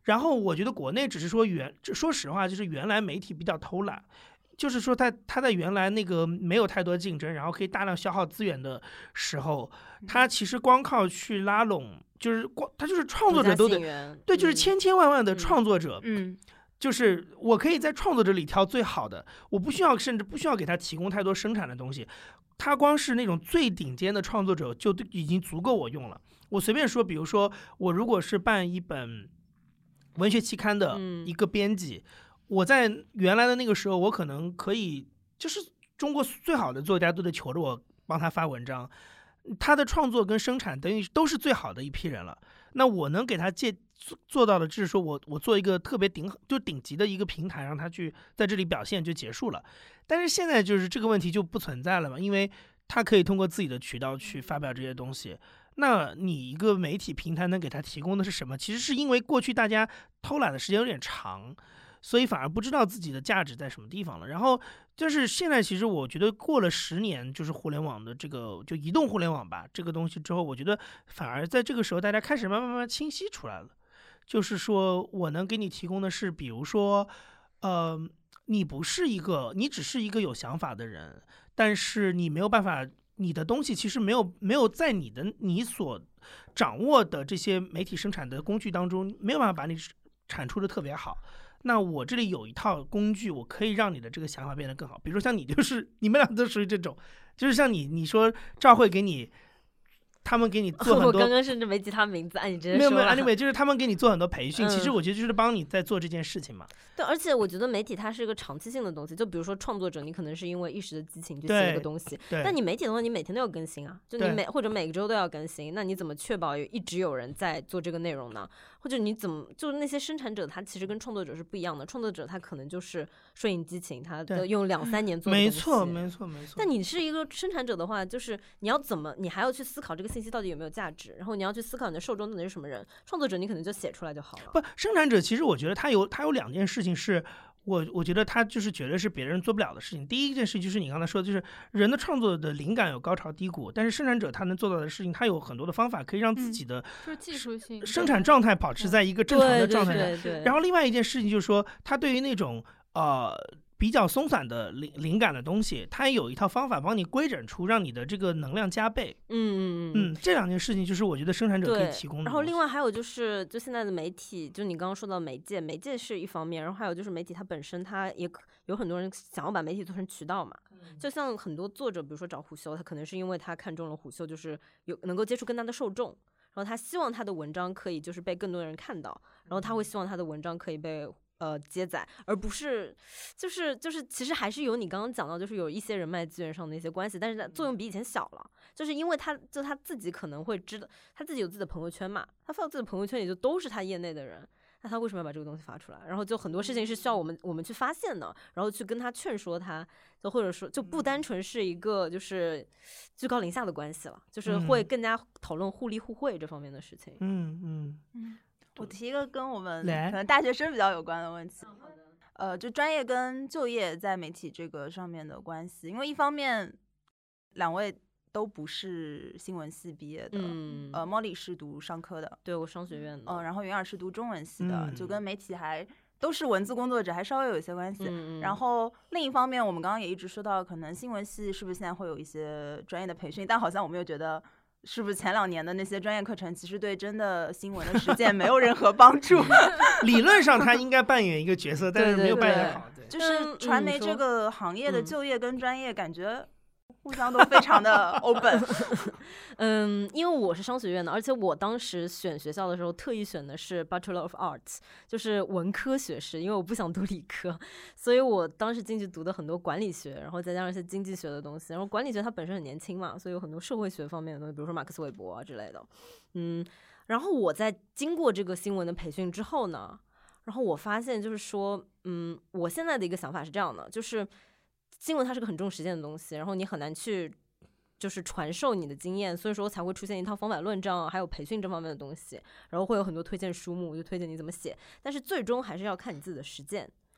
然后我觉得国内只是说原，说实话，就是原来媒体比较偷懒，就是说他他在原来那个没有太多竞争，然后可以大量消耗资源的时候，他其实光靠去拉拢，就是光他就是创作者都得对，就是千千万万的创作者， 嗯， 就是我可以在创作者里挑最好的，我不需要甚至不需要给他提供太多生产的东西，他光是那种最顶尖的创作者就已经足够我用了。我随便说，比如说我如果是办一本文学期刊的一个编辑，嗯、我在原来的那个时候，我可能可以就是中国最好的作家都得求着我帮他发文章，他的创作跟生产等于都是最好的一批人了。那我能给他借做到的，就是说我我做一个特别顶就顶级的一个平台，让他去在这里表现就结束了。但是现在就是这个问题就不存在了嘛，因为他可以通过自己的渠道去发表这些东西。那你一个媒体平台能给他提供的是什么？其实是因为过去大家偷懒的时间有点长，所以反而不知道自己的价值在什么地方了。然后就是现在，其实我觉得过了十年，就是互联网的这个就移动互联网吧这个东西之后，我觉得反而在这个时候大家开始慢慢慢慢清晰出来了。就是说我能给你提供的是，比如说，呃，你不是一个，你只是一个有想法的人，但是你没有办法。你的东西其实没有没有在你的你所掌握的这些媒体生产的工具当中，没有办法把你产出的特别好。那我这里有一套工具，我可以让你的这个想法变得更好。比如说像你，就是你们俩都属于这种，就是像你，你说赵慧给你。他们给你做很多， 我刚刚甚至没记他名字，哎，你直接说了。 没有没有 ，anyway， 就是他们给你做很多培训， 嗯、 其实我觉得就是帮你在做这件事情嘛。 对，而且我觉得媒体它是一个长期性的东西，就比如说创作者，你可能是因为一时的激情去写一个东西，但你媒体的话，你每天都要更新啊，就你每或者每个周都要更新，那你怎么确保有一直有人在做这个内容呢？或者你怎么就是那些生产者，他其实跟创作者是不一样的，创作者他可能就是顺应激情，他都用两三年做的东西， 没错没错没错。 但你是一个生产者的话，就是你要怎么，你还要去思考这个信息到底有没有价值，然后你要去思考你的受众到底是什么人。创作者你可能就写出来就好了。 不，生产者其实我觉得他有他有两件事情是。我我觉得他就是绝对是别人做不了的事情。第一件事情就是你刚才说的，就是人的创作的灵感有高潮低谷，但是生产者他能做到的事情，他有很多的方法可以让自己的、 嗯、就是技术性生产状态保持在一个正常的状态上。 对对对对。 然后另外一件事情就是说，他对于那种呃比较松散的灵灵感的东西，他也有一套方法帮你规整出，让你的这个能量加倍。 嗯嗯嗯，这两件事情就是我觉得生产者可以提供的。 然后另外还有就是，就现在的媒体，就你刚刚说到媒介，媒介是一方面，然后还有就是媒体它本身，它也有很多人想要把媒体做成渠道嘛。嗯、就像很多作者，比如说找虎嗅，他可能是因为他看中了虎嗅，就是有能够接触更大的受众，然后他希望他的文章可以就是被更多人看到，然后他会希望他的文章可以被。呃，接载，而不是，就是就是，其实还是有你刚刚讲到，就是有一些人脉资源上的一些关系，但是它作用比以前小了，就是因为他就他自己可能会知道，他自己有自己的朋友圈嘛，他发到自己的朋友圈里就都是他业内的人，那他为什么要把这个东西发出来？然后就很多事情是需要我们我们去发现的，然后去跟他劝说他，就或者说就不单纯是一个就是居高临下的关系了，就是会更加讨论互利互惠这方面的事情。 嗯嗯嗯。我提一个跟我们可能大学生比较有关的问题，呃，就专业跟就业在媒体这个上面的关系。因为一方面，两位都不是新闻系毕业的， 嗯、 呃，Molly 是读商科的， 对我商学院的， 嗯、呃，然后云儿是读中文系的， 嗯、 就跟媒体还都是文字工作者，还稍微有一些关系。 嗯、 然后另一方面，我们刚刚也一直说到，可能新闻系是不是现在会有一些专业的培训，但好像我们又觉得。是不是前两年的那些专业课程，其实对真的新闻的实践没有任何帮助？ 理论上他应该扮演一个角色，但是没有扮演好。 对对对，就是传媒这个行业的就业跟专业感觉互相都非常的 open。 嗯，因为我是商学院的，而且我当时选学校的时候特意选的是 Bachelor of Arts， 就是文科学士，因为我不想读理科，所以我当时进去读的很多管理学，然后再加上一些经济学的东西。然后管理学它本身很年轻嘛，所以有很多社会学方面的东西，比如说马克思韦伯啊之类的。嗯，然后我在经过这个新闻的培训之后呢，然后我发现就是说，嗯，我现在的一个想法是这样的，就是新闻它是个很重实践的东西，然后你很难去就是传授你的经验，所以说才会出现一套方法论证还有培训这方面的东西，然后会有很多推荐书目就推荐你怎么写，但是最终还是要看你自己的实践。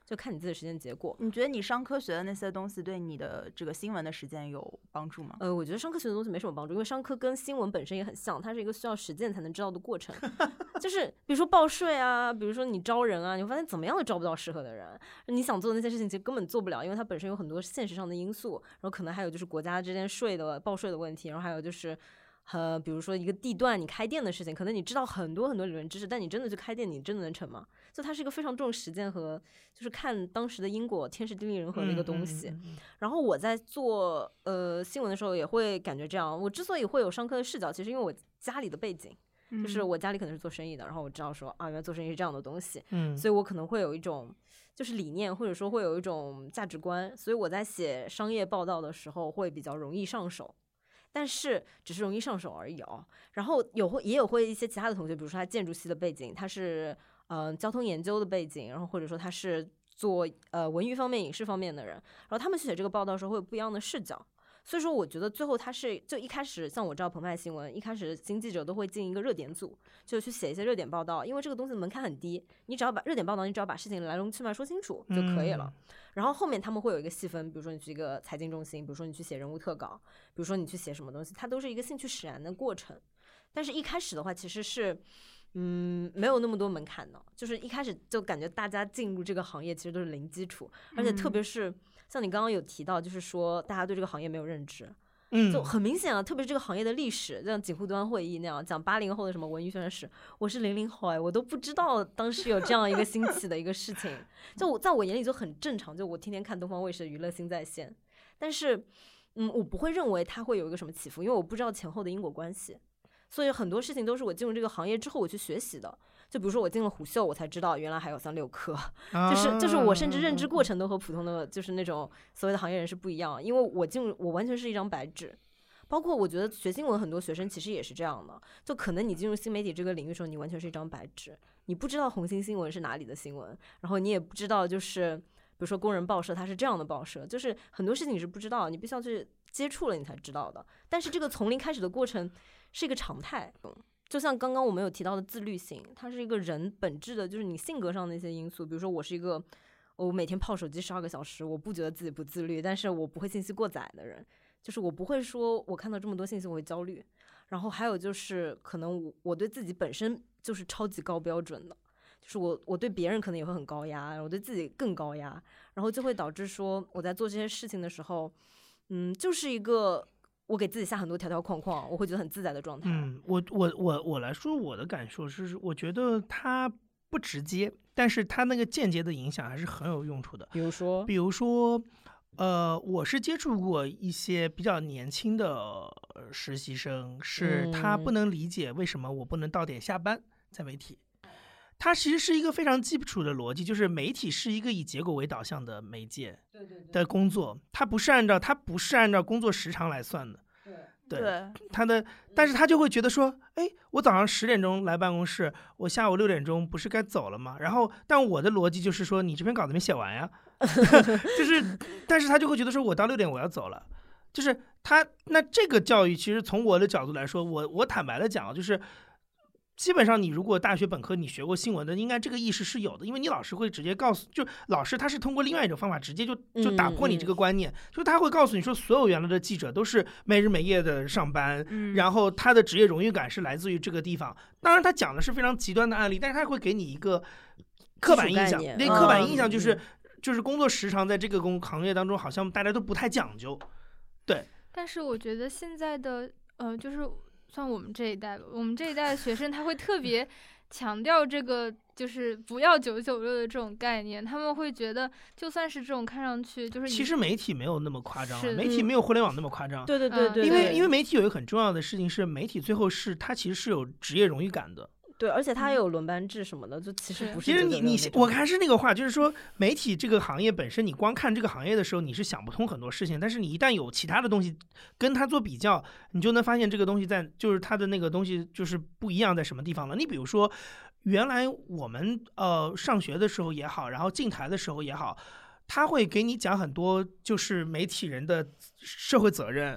就看你自己的实践结果。 你觉得你商科学的那些东西对你的这个新闻的实践有帮助吗？ 呃，我觉得商科学的东西没什么帮助，因为商科跟新闻本身也很像，它是一个需要实践才能知道的过程。就是比如说报税啊，比如说你招人啊，你会发现怎么样都招不到适合的人。你想做的那些事情其实根本做不了，因为它本身有很多现实上的因素，然后可能还有就是国家之间税的报税的问题，然后还有就是呃，比如说一个地段你开店的事情，可能你知道很多很多理论知识，但你真的去开店，你真的能成吗？就它是一个非常重实践和就是看当时的因果天时地利人和的一个东西。 嗯嗯嗯嗯、 然后我在做呃新闻的时候也会感觉这样。我之所以会有商科的视角，其实因为我家里的背景，就是我家里可能是做生意的，然后我知道说啊，原来做生意是这样的东西， 嗯， 所以我可能会有一种就是理念，或者说会有一种价值观，所以我在写商业报道的时候会比较容易上手。但是只是容易上手而已哦。然后有会也有会一些其他的同学，比如说他建筑系的背景，他是嗯、呃、交通研究的背景，然后或者说他是做呃文娱方面、影视方面的人，然后他们写这个报道的时候会有不一样的视角。所以说我觉得最后他是就一开始像我知道澎湃新闻一开始新记者都会进一个热点组，就去写一些热点报道，因为这个东西门槛很低，你只要把热点报道你只要把事情来龙去脉说清楚就可以了、嗯、然后后面他们会有一个细分，比如说你去一个财经中心，比如说你去写人物特稿，比如说你去写什么东西，它都是一个兴趣使然的过程。但是一开始的话其实是嗯，没有那么多门槛的，就是一开始就感觉大家进入这个行业其实都是零基础，而且特别是像你刚刚有提到，就是说大家对这个行业没有认知，嗯，就很明显啊。特别是这个行业的历史，像锦湖端会议那样讲八零后的什么文艺宣传史，我是零零后哎，我都不知道当时有这样一个兴起的一个事情，就我在我眼里就很正常。就我天天看东方卫视的娱乐新在线，但是嗯，我不会认为它会有一个什么起伏，因为我不知道前后的因果关系。所以很多事情都是我进入这个行业之后我去学习的，就比如说我进了虎嗅，我才知道原来还有三六氪，就是就是我甚至认知过程都和普通的就是那种所谓的行业人士不一样，因为我进入我完全是一张白纸。包括我觉得学新闻很多学生其实也是这样的，就可能你进入新媒体这个领域的时候，你完全是一张白纸，你不知道红星新闻是哪里的新闻，然后你也不知道就是比如说工人报社它是这样的报社，就是很多事情你是不知道，你必须要去接触了你才知道的。但是这个从零开始的过程是一个常态，就像刚刚我们有提到的自律性，它是一个人本质的，就是你性格上的一些因素。比如说我是一个我每天泡手机十二个小时，我不觉得自己不自律，但是我不会信息过载的人，就是我不会说我看到这么多信息我会焦虑。然后还有就是可能我我对自己本身就是超级高标准的，就是我我对别人可能也会很高压，我对自己更高压，然后就会导致说我在做这些事情的时候，嗯，就是一个我给自己下很多条条框框，我会觉得很自在的状态。 嗯，我我我我来说我的感受是，我觉得它不直接，但是它那个间接的影响还是很有用处的。 比如说， 比如说，呃，我是接触过一些比较年轻的实习生，是他不能理解为什么我不能到点下班在媒体。它其实是一个非常基础的逻辑，就是媒体是一个以结果为导向的媒介的工作，它不是按照它不是按照工作时长来算的。对，对他的，但是他就会觉得说，哎，我早上十点钟来办公室，我下午六点钟不是该走了吗？然后，但我的逻辑就是说，你这篇稿子没写完呀，就是，但是他就会觉得说，我到六点我要走了，就是他那这个教育，其实从我的角度来说，我我坦白的讲，就是。基本上你如果大学本科你学过新闻的，应该这个意识是有的，因为你老师会直接告诉，就老师他是通过另外一种方法直接就就打破你这个观念，嗯嗯、就他会告诉你说，所有原来的记者都是没日没夜的上班，嗯、然后他的职业荣誉感是来自于这个地方。当然他讲的是非常极端的案例，但是他会给你一个刻板印象，那刻板印象就是、嗯、就是工作时长在这个工行业当中好像大家都不太讲究，对。 但是我觉得现在的呃就是。像我们这一代吧，我们这一代的学生他会特别强调这个就是不要九九六的这种概念，他们会觉得就算是这种看上去就是其实媒体没有那么夸张、啊、媒体没有互联网那么夸张、 嗯、对对对对， 因为因为媒体有一个很重要的事情是媒体最后是它其实是有职业荣誉感的， 对，而且它也有轮班制什么的，就其实不是。 其实你你我还是那个话，就是说媒体这个行业本身，你光看这个行业的时候，你是想不通很多事情。但是你一旦有其他的东西跟它做比较，你就能发现这个东西在就是它的那个东西就是不一样在什么地方了。你比如说，原来我们呃上学的时候也好，然后进台的时候也好，他会给你讲很多就是媒体人的社会责任。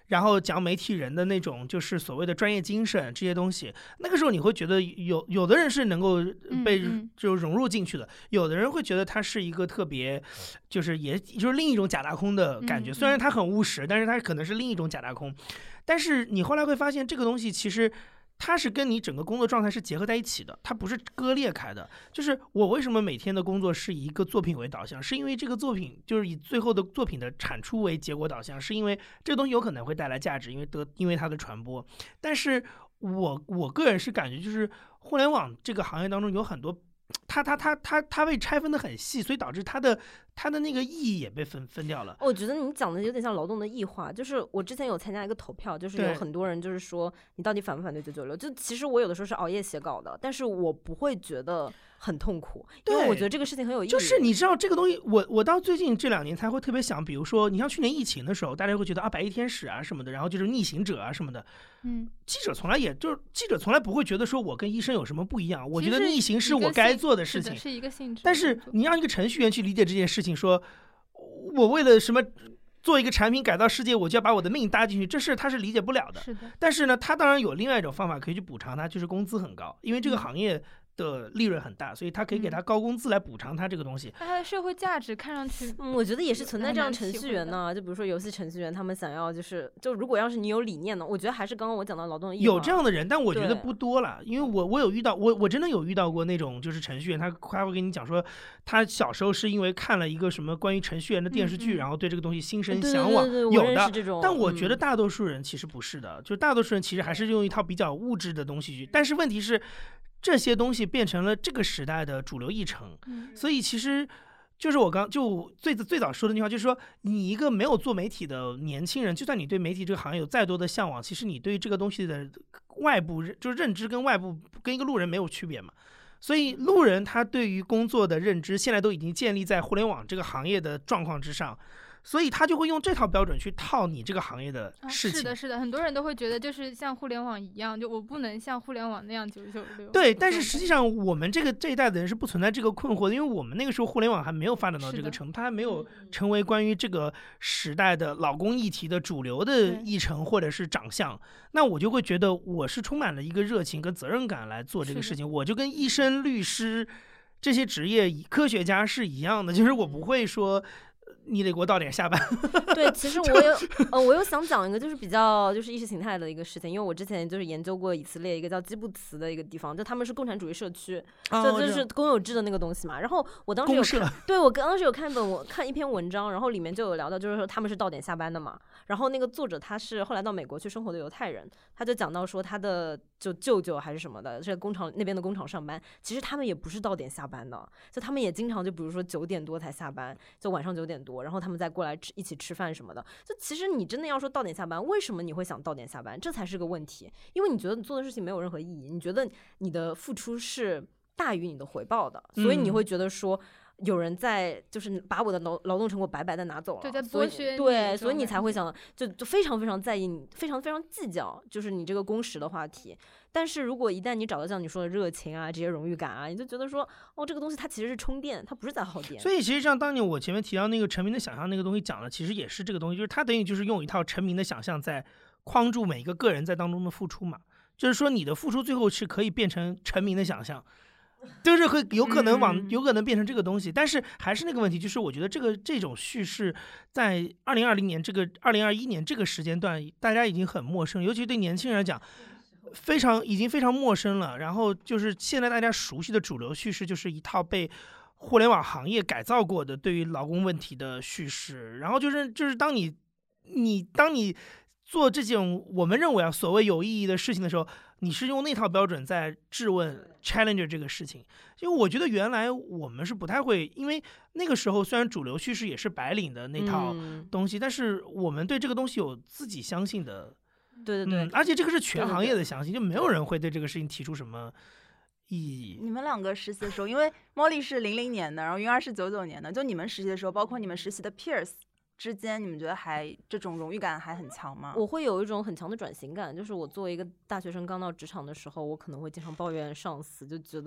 然后讲媒体人的那种就是所谓的专业精神这些东西，那个时候你会觉得有有的人是能够被就融入进去的， 嗯嗯有的人会觉得他是一个特别就是也就是另一种假大空的感觉， 嗯嗯虽然他很务实，但是他可能是另一种假大空。但是你后来会发现这个东西其实它是跟你整个工作状态是结合在一起的，它不是割裂开的。就是我为什么每天的工作是以一个作品为导向，是因为这个作品就是以最后的作品的产出为结果导向，是因为这个东西有可能会带来价值，因为得因为它的传播。但是我我个人是感觉，就是互联网这个行业当中有很多，它它它它它被拆分的很细，所以导致它的它的那个意义也被分分掉了。 我觉得你讲的有点像劳动的异化，就是我之前有参加一个投票，就是有很多人就是说你到底反不反对九九六？就其实我有的时候是熬夜写稿的，但是我不会觉得很痛苦，因为我觉得这个事情很有意义。 就是你知道这个东西，我我到最近这两年才会特别想，比如说你像去年疫情的时候，大家会觉得啊白衣天使啊什么的，然后就是逆行者啊什么的， 嗯， 记者从来也就是记者从来不会觉得说我跟医生有什么不一样，我觉得逆行是我该做的事情， 是, 是一个性质。 但是你让一个程序员去理解这件事情，说我为了什么做一个产品改造世界，我就要把我的命搭进去，这事他是理解不了的。 是的。 但是呢，他当然有另外一种方法可以去补偿他，就是工资很高，因为这个行业的利润很大，所以他可以给他高工资来补偿他这个东西。 那他的社会价值看上去， 嗯，我觉得也是存在这样程序员呢。就比如说游戏程序员，他们想要就是，就如果要是你有理念呢，我觉得还是刚刚我讲到劳动的异化有这样的人，但我觉得不多了，因为我我有遇到，我我真的有遇到过那种就是程序员，他他会跟你讲说，他小时候是因为看了一个什么关于程序员的电视剧， 嗯嗯然后对这个东西心生对向往， 对对对有的。但我嗯觉得大多数人其实不是的，就大多数人其实还是用一套比较物质的东西去，但是问题是。这些东西变成了这个时代的主流议程， 嗯、 所以其实就是我刚就最最早说的那句话，就是说你一个没有做媒体的年轻人，就算你对媒体这个行业有再多的向往，其实你对于这个东西的外部就是认知跟外部跟一个路人没有区别嘛。所以路人他对于工作的认知现在都已经建立在互联网这个行业的状况之上。所以他就会用这套标准去套你这个行业的事情、 啊、是的是的，很多人都会觉得就是像互联网一样，就我不能像互联网那样九九六。 对，但是实际上我们这个这一代的人是不存在这个困惑的，因为我们那个时候互联网还没有发展到这个程度，它还没有成为关于这个时代的老公议题的主流的议程或者是长相。那我就会觉得我是充满了一个热情跟责任感来做这个事情，我就跟医生律师这些职业科学家是一样的，就是我不会说你得给我到点下班。 对，其实我有呃，我有想讲一个就是比较就是意识形态的一个事情，因为我之前就是研究过以色列一个叫基布茨的一个地方，就他们是共产主义社区， 哦、 就就是公有制的那个东西嘛。然后我当时有看，对我当时有看一本我看一篇文章，然后里面就有聊到，就是说他们是到点下班的嘛。然后那个作者他是后来到美国去生活的犹太人，他就讲到说他的就舅舅还是什么的，在工厂那边的工厂上班，其实他们也不是到点下班的，就他们也经常就比如说九点多才下班，就晚上九点多。然后他们再过来吃一起吃饭什么的，就其实你真的要说到点下班，为什么你会想到点下班？这才是个问题，因为你觉得你做的事情没有任何意义，你觉得你的付出是大于你的回报的，所以你会觉得说有人在就是把我的劳劳动成果白白的拿走了， 对，在剥削， 对，所以你才会想就就非常非常在意你，非常非常计较，就是你这个工时的话题。但是如果一旦你找到像你说的热情啊，这些荣誉感啊，你就觉得说，哦，这个东西它其实是充电，它不是在耗电。 所以其实像当年我前面提到那个陈明的想象那个东西讲的，其实也是这个东西，就是他等于就是用一套陈明的想象在框住每一个个人在当中的付出嘛，就是说你的付出最后是可以变成陈明的想象。就是会有可能往有可能变成这个东西，但是还是那个问题，就是我觉得这个这种叙事在二零二零年这个二零二一年这个时间段，大家已经很陌生，尤其对年轻人来讲，非常已经非常陌生了。然后就是现在大家熟悉的主流叙事，就是一套被互联网行业改造过的对于劳工问题的叙事。然后就是就是当你你当你做这种我们认为啊所谓有意义的事情的时候，你是用那套标准在质问 challenger 这个事情。因为我觉得原来我们是不太会，因为那个时候虽然主流叙事也是白领的那套东西、嗯、但是我们对这个东西有自己相信的， 对对对、 嗯、而且这个是全行业的相信，就没有人会对这个事情提出什么意义。 你们两个实习的时候，因为茉莉是零零年的，然后云儿是九九年的，就你们实习的时候，包括你们实习的 peers之间，你们觉得还这种荣誉感还很强吗？ 我会有一种很强的转型感，就是我作为一个大学生刚到职场的时候，我可能会经常抱怨上司，就觉得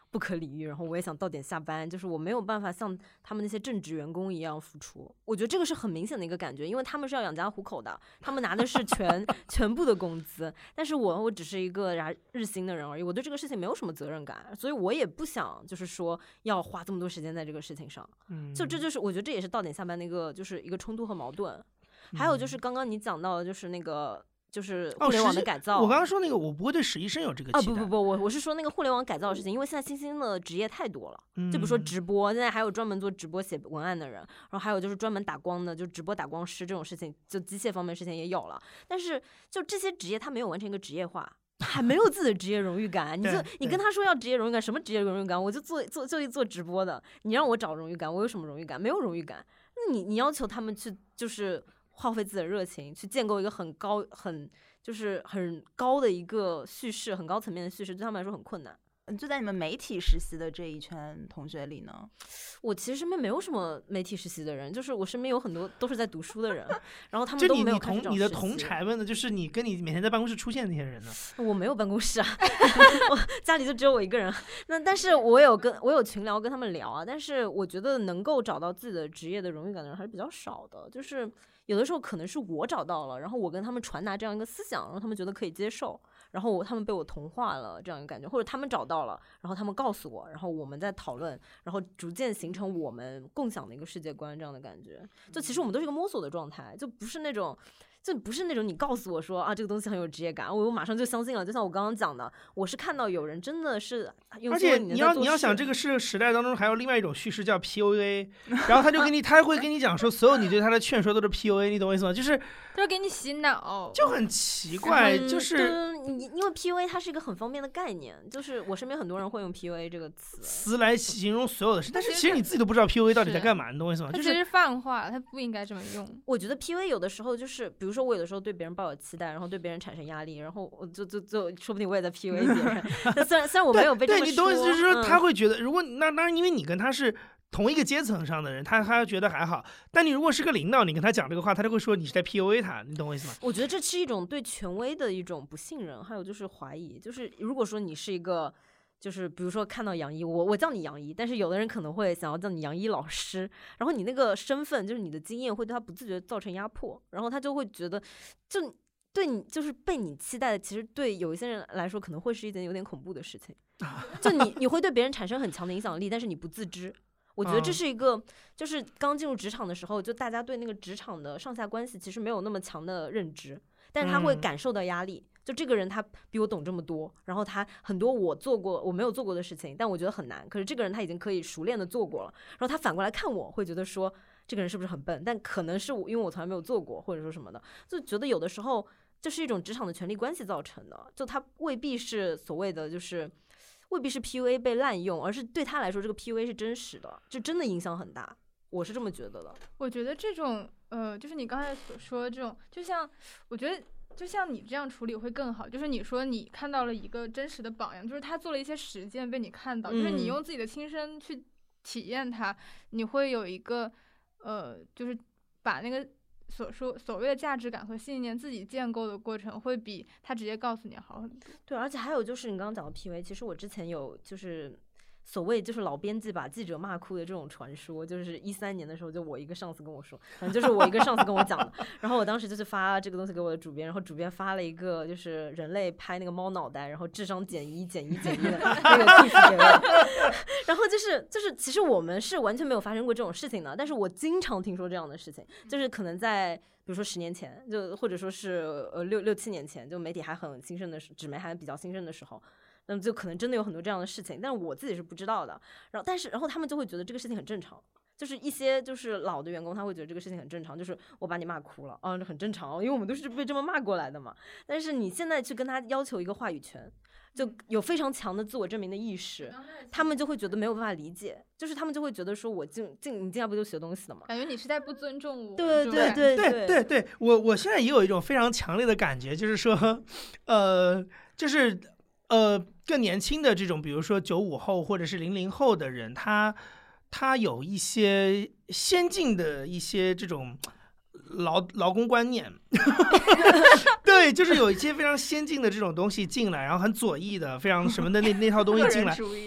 不可理喻，然后我也想到点下班，就是我没有办法像他们那些正职员工一样付出。我觉得这个是很明显的一个感觉，因为他们是要养家糊口的，他们拿的是全全部的工资，但是我我只是一个日薪的人而已，我对这个事情没有什么责任感，所以我也不想就是说要花这么多时间在这个事情上。嗯，就这就是我觉得这也是到点下班的一个就是一个冲突和矛盾。还有就是刚刚你讲到的就是那个。就是互联网的改造、 哦、我刚刚说那个我不会对实习生有这个期待、 啊、不不不我我是说那个互联网改造的事情，因为现在新兴的职业太多了、嗯、就比如说直播，现在还有专门做直播写文案的人，然后还有就是专门打光的，就直播打光师这种事情，就机械方面的事情也有了，但是就这些职业它没有完成一个职业化，还没有自己的职业荣誉感。你就你跟他说要职业荣誉感，什么职业荣誉感？我就做做就做直播的，你让我找荣誉感，我有什么荣誉感？没有荣誉感。那你你要求他们去就是耗费自己的热情，去建构一个很高很就是很高的一个叙事，很高层面的叙事，对他们来说很困难。 就在你们媒体实习的这一圈同学里呢， 我其实身边没有什么媒体实习的人，就是我身边有很多都是在读书的人，然后他们都没有开始找实习。 你的同柴们呢，就是你跟你每天在办公室出现的那些人呢？ 我没有办公室啊，我家里就只有我一个人。那但是我有跟我有群聊跟他们聊啊，但是我觉得能够找到自己的职业的荣誉感的人还是比较少的，就是有的时候可能是我找到了，然后我跟他们传达这样一个思想，然后他们觉得可以接受，然后我他们被我同化了这样一个感觉，或者他们找到了，然后他们告诉我，然后我们在讨论，然后逐渐形成我们共享的一个世界观这样的感觉。就其实我们都是一个摸索的状态，就不是那种就不是那种你告诉我说啊这个东西很有职业感，我我马上就相信了。就像我刚刚讲的，我是看到有人真的是用而且你要你要想这个是时代当中还有另外一种叙事叫 P U A， 然后他就跟你他会跟你讲说所有你对他的劝说都是 P U A， 你懂我意思吗？就是都是给你洗脑， 就很奇怪。 嗯、 就是因为 P U A 它是一个很方便的概念，就是我身边很多人会用 P U A 这个词词来形容所有的事，但是其实你自己都不知道 P U A 到底在干嘛，你懂我意思吗？就是它其实泛化，它不应该这么用。 我觉得 P U A 有的时候就是比如说我有的时候对别人抱有期待，然后对别人产生压力，然后我就就就说不定我也在 P U A 别人但虽然虽然我没有被这么说， 对，你懂我意思，就是说他会觉得、嗯、如果那当然因为你跟他是同一个阶层上的人，他他觉得还好，但你如果是个领导，你跟他讲这个话，他就会说你是在 P U A 他，你懂我意思吗？ 我觉得这是一种对权威的一种不信任，还有就是怀疑。就是如果说你是一个就是比如说看到杨一，我我叫你杨一，但是有的人可能会想要叫你杨一老师，然后你那个身份就是你的经验会对他不自觉造成压迫，然后他就会觉得就对你就是被你期待的，其实对有一些人来说可能会是一件有点恐怖的事情。就你你会对别人产生很强的影响力，但是你不自知。我觉得这是一个，就是刚进入职场的时候，就大家对那个职场的上下关系其实没有那么强的认知，但是他会感受到压力。就这个人他比我懂这么多，然后他很多我做过我没有做过的事情，但我觉得很难，可是这个人他已经可以熟练的做过了，然后他反过来看我会觉得说这个人是不是很笨，但可能是我因为我从来没有做过或者说什么的，就觉得有的时候这是一种职场的权力关系造成的，就他未必是所谓的就是未必是 P U A 被滥用，而是对他来说这个 P U A 是真实的，就真的影响很大，我是这么觉得的。 我觉得这种呃就是你刚才所说的这种，就像我觉得就像你这样处理会更好，就是你说你看到了一个真实的榜样，就是他做了一些实践被你看到、嗯、就是你用自己的亲身去体验它，你会有一个呃就是把那个所说所谓的价值感和信念自己建构的过程会比他直接告诉你好很多。 对，而且还有就是你刚刚讲的 P U A， 其实我之前有就是所谓就是老编辑把记者骂哭的这种传说，就是一三年的时候就我一个上司跟我说，反正就是我一个上司跟我讲的然后我当时就是发这个东西给我的主编，然后主编发了一个就是人类拍那个猫脑袋然后智商减一减一减一的那个 gif 给我然后就是就是其实我们是完全没有发生过这种事情的，但是我经常听说这样的事情，就是可能在比如说十年前就或者说是呃六六七年前，就媒体还很兴盛的时纸媒还比较兴盛的时候，那么就可能真的有很多这样的事情，但是我自己是不知道的。然后，但是然后他们就会觉得这个事情很正常，就是一些就是老的员工他会觉得这个事情很正常，就是我把你骂哭了啊，这很正常，因为我们都是被这么骂过来的嘛。但是你现在去跟他要求一个话语权，就有非常强的自我证明的意识，他们就会觉得没有办法理解，就是他们就会觉得说我进进你进来不就学东西的吗？ 感觉你是在不尊重我。 对对对对对对，我我现在也有一种非常强烈的感觉，就是说，呃，就是呃。更年轻的这种比如说九五后或者是零零后的人，他他有一些先进的一些这种劳劳工观念对，就是有一些非常先进的这种东西进来，然后很左翼的非常什么的那那套东西进来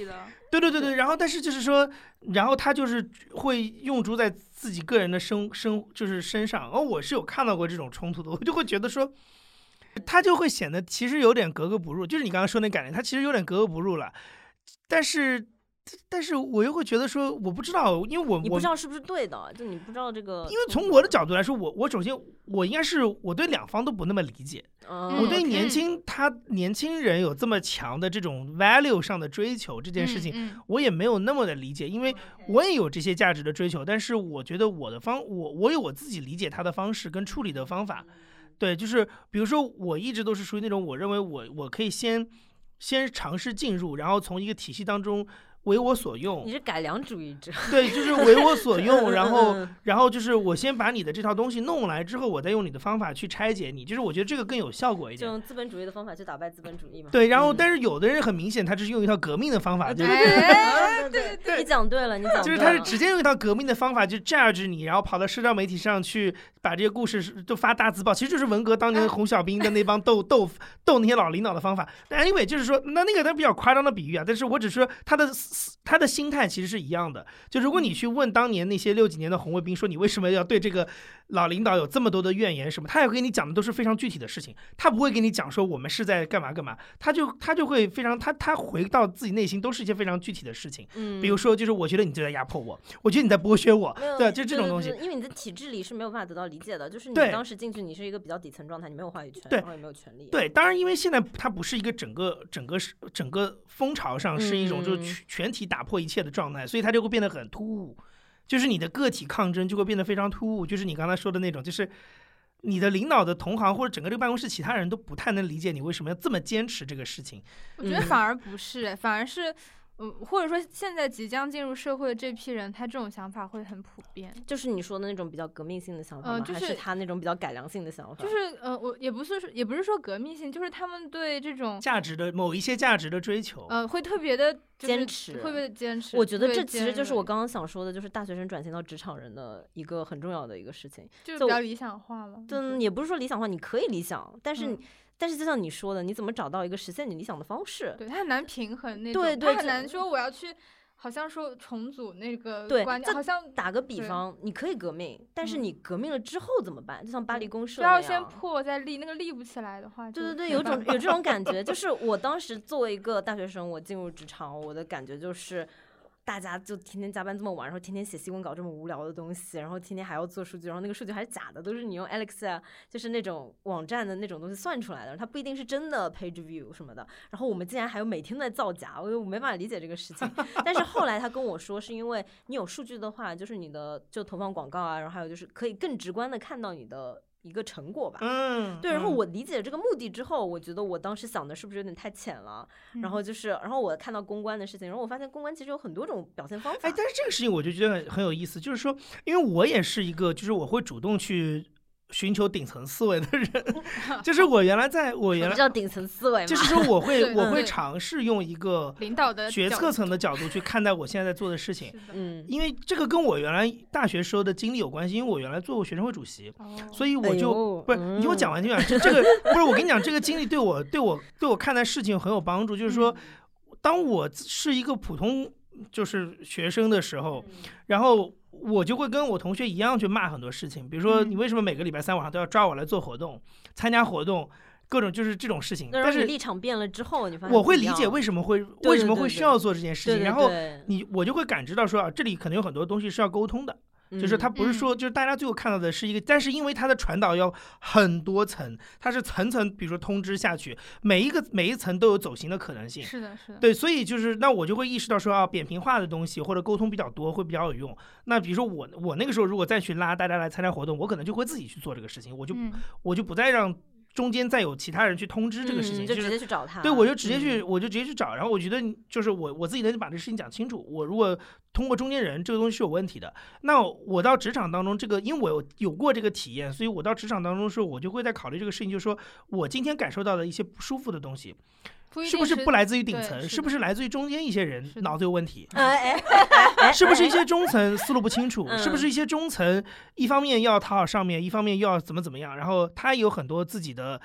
对对对对，然后但是就是说，然后他就是会用诸在自己个人的生生就是身上，而我是有看到过这种冲突的，我就会觉得说，他就会显得其实有点格格不入，就是你刚刚说那感觉，他其实有点格格不入了，但是。但是我又会觉得说，我不知道，因为我你不知道是不是对的，就你不知道这个。 因为从我的角度来说，我我首先我应该是我对两方都不那么理解， 嗯、 我对年轻他年轻人有这么强的这种 value 上的追求这件事情， 嗯嗯、 我也没有那么的理解，因为我也有这些价值的追求，但是我觉得我的方我我有我自己理解他的方式跟处理的方法，对，就是比如说我一直都是属于那种我认为我我可以先先尝试进入，然后从一个体系当中。为我所用， 你是改良主义者， 对，就是为我所用，然后，然后就是我先把你的这套东西弄来之后，我再用你的方法去拆解你，就是我觉得这个更有效果一点。 就用资本主义的方法去打败资本主义嘛。 对，然后、 嗯、 但是有的人很明显，他只是用一套革命的方法， 对对对对对，你讲对了，你讲对了， 就是他是直接用一套革命的方法就 judge 你，然后跑到社交媒体上去把这些故事都发大字报，其实就是文革当年红小兵的那帮斗斗斗那些老领导的方法。但因为就是说，那那个他比较夸张的比喻啊，但是我只是说他的他的心态其实是一样的。就如果你去问当年那些六几年的红卫兵说你为什么要对这个老领导有这么多的怨言什么，他要给你讲的都是非常具体的事情，他不会给你讲说我们是在干嘛干嘛，他就他就会非常他他回到自己内心都是一些非常具体的事情。 嗯， 比如说就是我觉得你就在压迫我，我觉得你在剥削我，对，就这种东西。 对对对，因为你的体制里是没有办法得到理解的，就是你当时进去你是一个比较底层状态，你没有话语权，然后也没有权利。 对，当然因为现在它不是一个整个整个整个风潮上是一种就是全体打破一切的状态，嗯、所以它就会变得很突兀，就是你的个体抗争就会变得非常突兀，就是你刚才说的那种，就是你的领导的同行或者整个这个办公室其他人都不太能理解你为什么要这么坚持这个事情。 我觉得反而不是，反而是。嗯，或者说现在即将进入社会的这批人，他这种想法会很普遍， 就是你说的那种比较革命性的想法吗？ 呃就是、 还是他那种比较改良性的想法？ 就是呃，我也不是也不是说革命性，就是他们对这种价值的某一些价值的追求， 呃，会特别的、就是、 坚持， 会不会坚持？ 我觉得这其实就是我刚刚想说的，就是大学生转型到职场人的一个很重要的一个事情， 就是比较理想化嘛。 嗯，也不是说理想化，你可以理想，但是你。 嗯但是就像你说的，你怎么找到一个实现你理想的方式？ 对，它很难平衡那种， 对对， 它很难说我要去，好像说重组那个对观念，好像打个比方，你可以革命，但是你革命了之后怎么办？嗯、就像巴黎公社那样，要先破再立，那个立不起来的话， 对对对，有种有这种感觉。就是我当时作为一个大学生，我进入职场，我的感觉就是。大家就天天加班这么晚，然后天天写新闻稿这么无聊的东西，然后天天还要做数据，然后那个数据还是假的，都是你用 Alex 啊，就是那种网站的那种东西算出来的，它不一定是真的 page view 什么的。然后我们竟然还有每天都在造假，我我没办法理解这个事情。但是后来他跟我说，是因为你有数据的话，就是你的就投放广告啊，然后还有就是可以更直观的看到你的。一个成果吧， 嗯， 对，然后我理解这个目的之后，我觉得我当时想的是不是有点太浅了？ 嗯、 然后就是，然后我看到公关的事情，然后我发现公关其实有很多种表现方法。 哎，但是这个事情我就觉得很很有意思，就是说，因为我也是一个，就是我会主动去寻求顶层思维的人，就是我原来在我原来叫顶层思维， 就是说我会我会尝试用一个领导的决策层的角度去看待我现在在做的事情， 嗯， 因为这个跟我原来大学时候的经历有关系，因为我原来做过学生会主席， 哦、 所以我就、 哎、 不是你听我讲完就讲，这这个不是我跟你讲，这个经历对我对我对我看待事情很有帮助，就是说，当我是一个普通就是学生的时候，然后。我就会跟我同学一样去骂很多事情，比如说你为什么每个礼拜三晚上都要抓我来做活动、参加活动，各种就是这种事情。但是立场变了之后，你发现我会理解为什么会为什么会需要做这件事情， 对对对对然后你我就会感知到说啊，这里可能有很多东西是要沟通的。就是他不是说，就是大家最后看到的是一个，但是因为他的传导要很多层，它是层层，比如说通知下去，每一个每一层都有走形的可能性。 是的，是的。 对，所以就是那我就会意识到说啊，扁平化的东西或者沟通比较多会比较有用。那比如说我我那个时候如果再去拉大家来参加活动，我可能就会自己去做这个事情，我就、嗯、我就不再让。中间再有其他人去通知这个事情， 嗯、就直接去找他。 对，我就直接去，嗯、我就直接去找。然后我觉得就是我我自己能把这事情讲清楚。我如果通过中间人，这个东西是有问题的。那我到职场当中，这个因为我有有过这个体验，所以我到职场当中的时候，我就会在考虑这个事情，就是说我今天感受到的一些不舒服的东西。是不是不来自于顶层？是不是来自于中间一些人脑子有问题？是不是一些中层思路不清楚？是不是一些中层一方面要讨好上面，一方面又要怎么怎么样？然后他有很多自己的，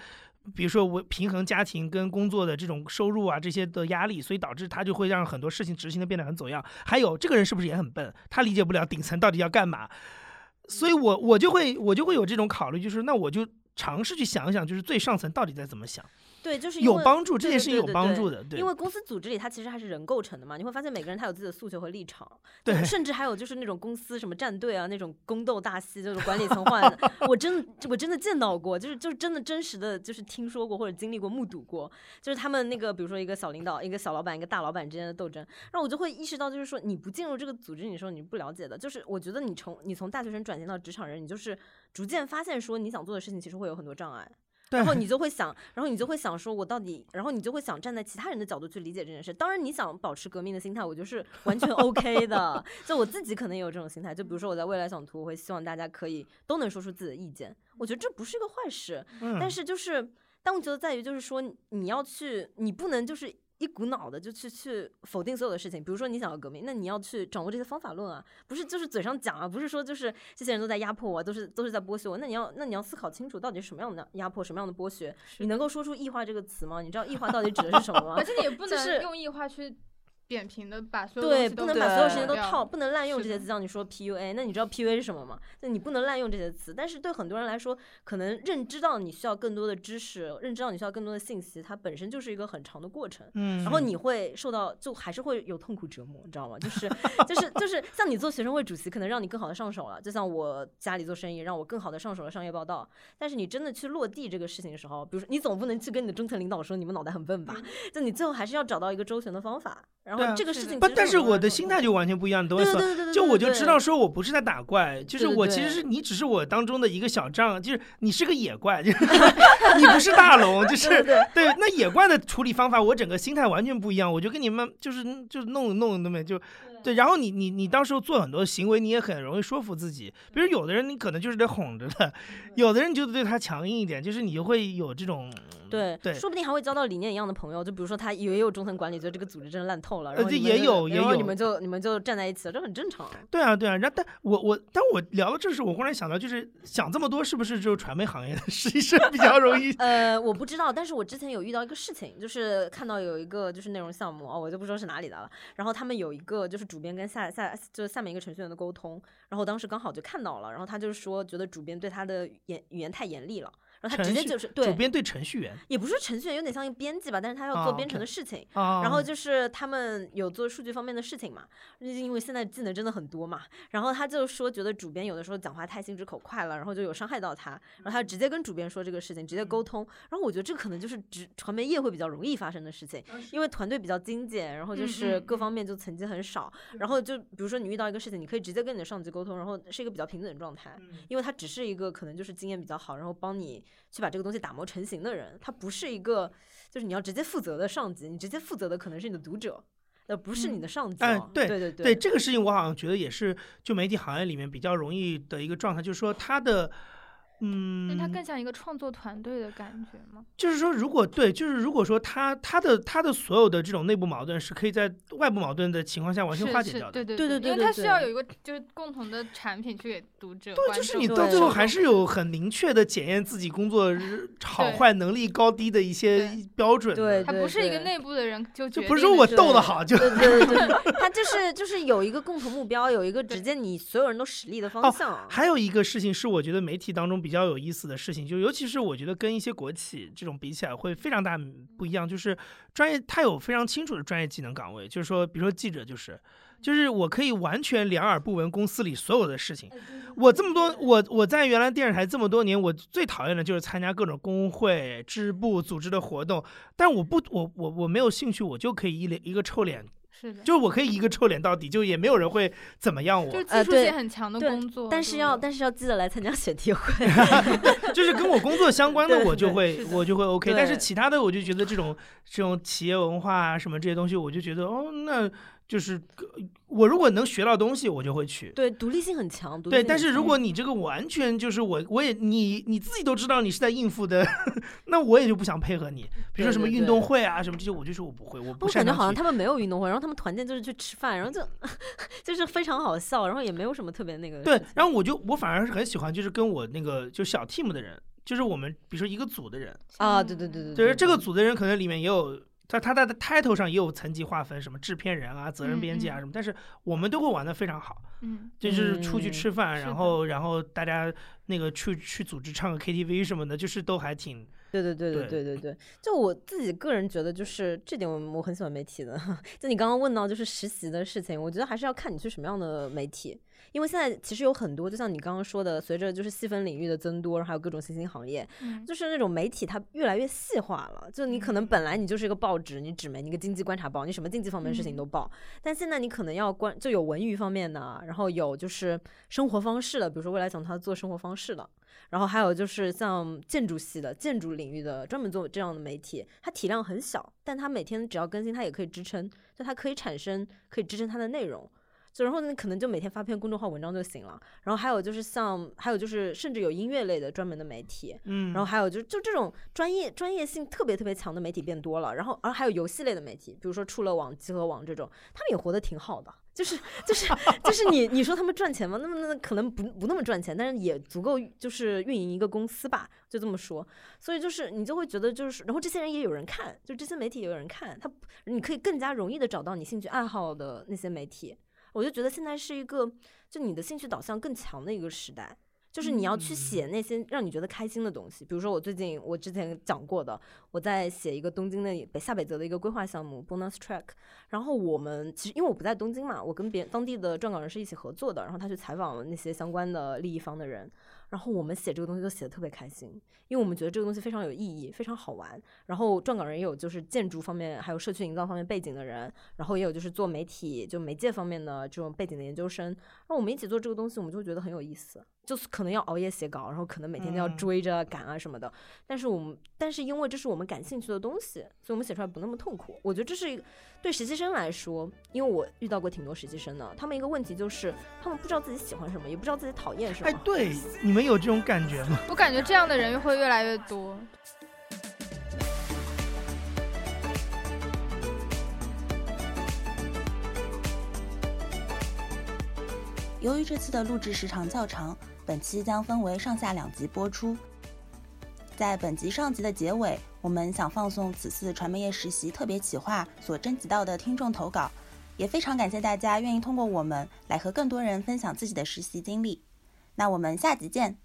比如说我平衡家庭跟工作的这种收入啊这些的压力，所以导致他就会让很多事情执行的变得很走样。还有这个人是不是也很笨，他理解不了顶层到底要干嘛，所以我我就会我就会有这种考虑，就是那我就尝试去想想，就是最上层到底在怎么想。 对，就是有帮助，这件事情有帮助的。 对对对对，因为公司组织里它其实还是人构成的嘛，你会发现每个人他有自己的诉求和立场， 对， 甚至还有就是那种公司什么战队啊，那种宫斗大戏，就是管理层换的，我真的我真的见到过，就是就是真的真实的就是听说过或者经历过目睹过，就是他们那个比如说一个小领导、一个小老板、一个大老板之间的斗争，然后我就会意识到，就是说你不进入这个组织，你说你不了解的，就是我觉得你从你从大学生转型到职场人，你就是逐渐发现说你想做的事情其实会有很多障碍。然后你就会想，然后你就会想说，我到底，然后你就会想站在其他人的角度去理解这件事。当然，你想保持革命的心态，我觉得是完全 OK 的。就我自己可能也有这种心态。就比如说我在未来想图，我会希望大家可以都能说出自己的意见。我觉得这不是一个坏事， 嗯、 但是就是但我觉得在于就是说你要去，你不能就是一股脑的就去去否定所有的事情。比如说你想要革命，那你要去掌握这些方法论啊，不是就是嘴上讲啊，不是说就是这些人都在压迫我，都是都是在剥削我。那你要那你要思考清楚，到底是什么样的压迫，什么样的剥削？你能够说出异化这个词吗？你知道异化到底指的是什么吗？ 而且你也不能用异化去扁平的把所有东西都对，不能把所有事情都套， 对不能滥用这些词。像你说 P U A， 那你知道 P U A 是什么吗？就你不能滥用这些词。但是对很多人来说，可能认知到你需要更多的知识，认知到你需要更多的信息，它本身就是一个很长的过程。 嗯， 然后你会受到，就还是会有痛苦折磨，你知道吗？就是就是就是像你做学生会主席，可能让你更好的上手了。就像我家里做生意，让我更好的上手了商业报道。但是你真的去落地这个事情的时候，比如说你总不能去跟你的中层领导说你们脑袋很笨吧？就你最后还是要找到一个周全的方法。然后这个事情， 不，但是我的心态就完全不一样，你懂我意思吗？就我就知道说我不是在打怪，就是我其实是你只是我当中的一个小仗，就是你是个野怪，就是你不是大龙，就是对对对。那野怪的处理方法，我整个心态完全不一样，我就跟你们就是就是弄弄那么就。对，然后你你你到时候做很多行为，你也很容易说服自己。比如有的人你可能就是得哄着的，有的人就对他强硬一点，就是你就会有这种对对， 说不定还会交到理念一样的朋友。就比如说他也有中层管理，觉得这个组织真的烂透了，然后这也有也有， 然后你们就你们就站在一起了，这很正常。 对啊对啊，然后但我我但我聊到这时，我忽然想到，就是想这么多，是不是只有传媒行业的实习生比较容易？ 呃，我不知道，但是我之前有遇到一个事情，就是看到有一个就是内容项目哦，我就不说是哪里的了。然后他们有一个就是主编跟下下就是下面一个程序员的沟通，然后我当时刚好就看到了，然后他就是说觉得主编对他的言语言太严厉了。然后他直接就是对主编对程序员， 也不是程序员，有点像一个编辑吧，但是他要做编程的事情。 哦 okay 然后就是他们有做数据方面的事情嘛，因为现在技能真的很多嘛。然后他就说觉得主编有的时候讲话太心直口快了，然后就有伤害到他。然后他直接跟主编说这个事情，直接沟通。然后我觉得这可能就是职传媒业会比较容易发生的事情，因为团队比较精简，然后就是各方面就层级很少。然后就比如说你遇到一个事情，你可以直接跟你的上级沟通，然后是一个比较平等的状态，因为他只是一个可能就是经验比较好，然后帮你去把这个东西打磨成型的人，他不是一个就是你要直接负责的上级，你直接负责的可能是你的读者，呃，不是你的上级、哦。 嗯、哎，对对对对对，这个事情我好像觉得也是就媒体行业里面比较容易的一个状态，就是说他的。嗯， 因为它更像一个创作团队的感觉吗？ 就是说，如果对，就是如果说他他的他的所有的这种内部矛盾是可以在外部矛盾的情况下完全化解掉的， 对对对对对， 因为它需要有一个就是共同的产品去给读者。 对，就是你到最后还是有很明确的检验自己工作好坏、能力高低的一些标准的。 对， 它不是一个内部的人就就不是说我斗得好就。 对对对对，他就是就是有一个共同目标，有一个直接你所有人都使力的方向。 哦，还有一个事情是我觉得媒体当中比较有意思的事情，就尤其是我觉得跟一些国企这种比起来会非常大不一样，就是专业它有非常清楚的专业技能岗位，就是说比如说记者就是就是我可以完全两耳不闻公司里所有的事情。我这么多我我在原来电视台这么多年，我最讨厌的就是参加各种工会支部组织的活动，但我不我我我没有兴趣，我就可以一脸一个臭脸， 是的， 就是我可以一个臭脸到底，就也没有人会怎么样我。 就是技术性很强的工作， 呃、但是要但是要记得来参加选题会， 就是跟我工作相关的我就会我就会 OK， 但是其他的我就觉得这种这种企业文化啊什么这些东西，我就觉得哦，那就是我如果能学到东西，我就会去。 对，独立性很强。 对，但是如果你这个完全就是我，我也你你自己都知道你是在应付的，那我也就不想配合你。比如说什么运动会啊什么这些，我就说我不会，我不擅长。 我感觉好像他们没有运动会，然后他们团建就是去吃饭，然后就就是非常好笑，然后也没有什么特别那个。 对，然后我就我反而是很喜欢，就是跟我那个就小 team 的人。 就是我们比如说一个组的人啊，对对对对， 就是这个组的人可能里面也有。他他的 title 上也有层级划分，什么制片人啊、责任编辑啊什么，嗯嗯但是我们都会玩得非常好， 嗯， 就是出去吃饭， 嗯、 然后然后大家那个去去组织唱个 K T V 什么的，就是都还挺。 对对对对对对对，就我自己个人觉得，就是这点我我很喜欢媒体的。就你刚刚问到就是实习的事情，我觉得还是要看你去什么样的媒体。因为现在其实有很多，就像你刚刚说的，随着就是细分领域的增多，还有各种新兴行业， 嗯、 就是那种媒体它越来越细化了。就你可能本来你就是一个报纸，你纸媒，你一个经济观察报，你什么经济方面的事情都报，嗯、但现在你可能要关就有文娱方面的，然后有就是生活方式的，比如说未来想他做生活方式的，然后还有就是像建筑系的、建筑领域的，专门做这样的媒体，它体量很小，但它每天只要更新，它也可以支撑，就它可以产生，可以支撑它的内容。就然后呢，可能就每天发篇公众号文章就行了。然后还有就是像，还有就是甚至有音乐类的专门的媒体， 嗯， 然后还有就就这种专业专业性特别特别强的媒体变多了。然后，而还有游戏类的媒体，比如说触乐网、集合网这种，他们也活得挺好的。就是就是就是你你说他们赚钱吗？那么那可能不不那么赚钱，但是也足够就是运营一个公司吧，就这么说。所以就是你就会觉得就是，然后这些人也有人看，就这些媒体也有人看，他你可以更加容易的找到你兴趣爱好的那些媒体。我就觉得现在是一个就你的兴趣导向更强的一个时代，就是你要去写那些让你觉得开心的东西。比如说我最近我之前讲过的，我在写一个东京的北下北泽的一个规划项目 bonus track， 然后我们其实因为我不在东京嘛，我跟别当地的撰稿人是一起合作的，然后他去采访了那些相关的利益方的人，然后我们写这个东西就写得特别开心，因为我们觉得这个东西非常有意义，非常好玩。然后撰稿人也有就是建筑方面还有社区营造方面背景的人，然后也有就是做媒体就媒介方面的这种背景的研究生，然后我们一起做这个东西，我们就会觉得很有意思，就是可能要熬夜写稿，然后可能每天都要追着赶啊什么的，但是我们但是因为这是我们感兴趣的东西，所以我们写出来不那么痛苦。我觉得这是一个对实习生来说，因为我遇到过挺多实习生的，他们一个问题就是他们不知道自己喜欢什么，也不知道自己讨厌什么。 哎，对，你们有这种感觉吗？ 我感觉这样的人会越来越多。 由于这次的录制时长较长，本期将分为上下两集播出。在本集上集的结尾，我们想放送此次传媒业实习特别企划所征集到的听众投稿，也非常感谢大家愿意通过我们来和更多人分享自己的实习经历。那我们下集见。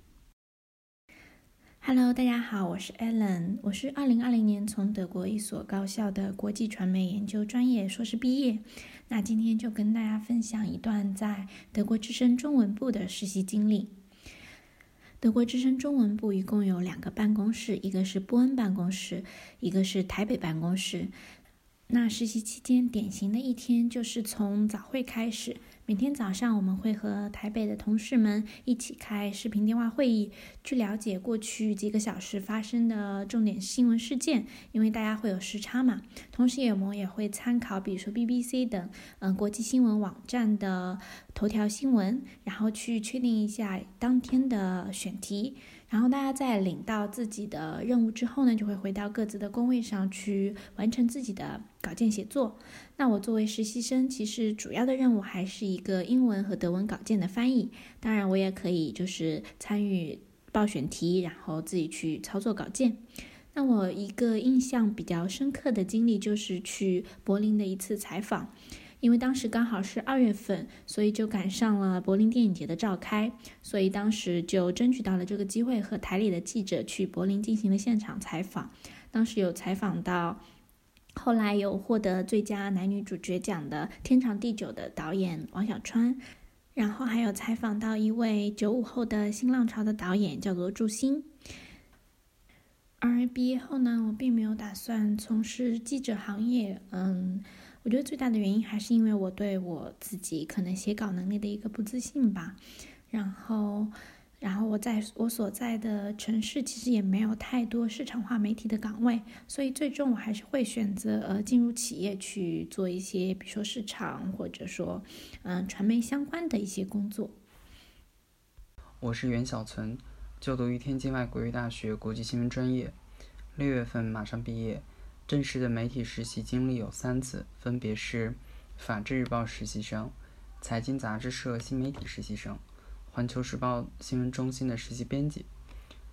Hello， 大家好，我是 Ellen， 我是二零二零年从德国一所高校的国际传媒研究专业硕士毕业。那今天就跟大家分享一段在德国之声中文部的实习经历。德国之声中文部一共有两个办公室，一个是波恩办公室，一个是台北办公室。那实习期间典型的一天就是从早会开始，每天早上我们会和台北的同事们一起开视频电话会议，去了解过去几个小时发生的重点新闻事件，因为大家会有时差嘛。同时我们也会参考比如说 B B C 等嗯、呃、国际新闻网站的头条新闻，然后去确定一下当天的选题。然后大家在领到自己的任务之后呢，就会回到各自的工位上去完成自己的稿件写作。那我作为实习生，其实主要的任务还是一个英文和德文稿件的翻译。当然我也可以就是参与报选题，然后自己去操作稿件。那我一个印象比较深刻的经历就是去柏林的一次采访。因为当时刚好是二月份，所以就赶上了柏林电影节的召开，所以当时就争取到了这个机会，和台里的记者去柏林进行了现场采访。当时有采访到后来有获得最佳男女主角奖的《天长地久》的导演王小川，然后还有采访到一位九五后的新浪潮的导演，叫做祝星。而毕业后呢，我并没有打算从事记者行业，嗯。我觉得最大的原因还是因为我对我自己可能写稿能力的一个不自信吧，然后然后我在我所在的城市其实也没有太多市场化媒体的岗位，所以最终我还是会选择呃进入企业去做一些比如说市场或者说嗯、呃、传媒相关的一些工作。 我是袁小存，就读于天津外国语大学国际新闻专业，六月份马上毕业。正式的媒体实习经历有三次，分别是法制日报实习生、财经杂志社新媒体实习生、环球时报新闻中心的实习编辑。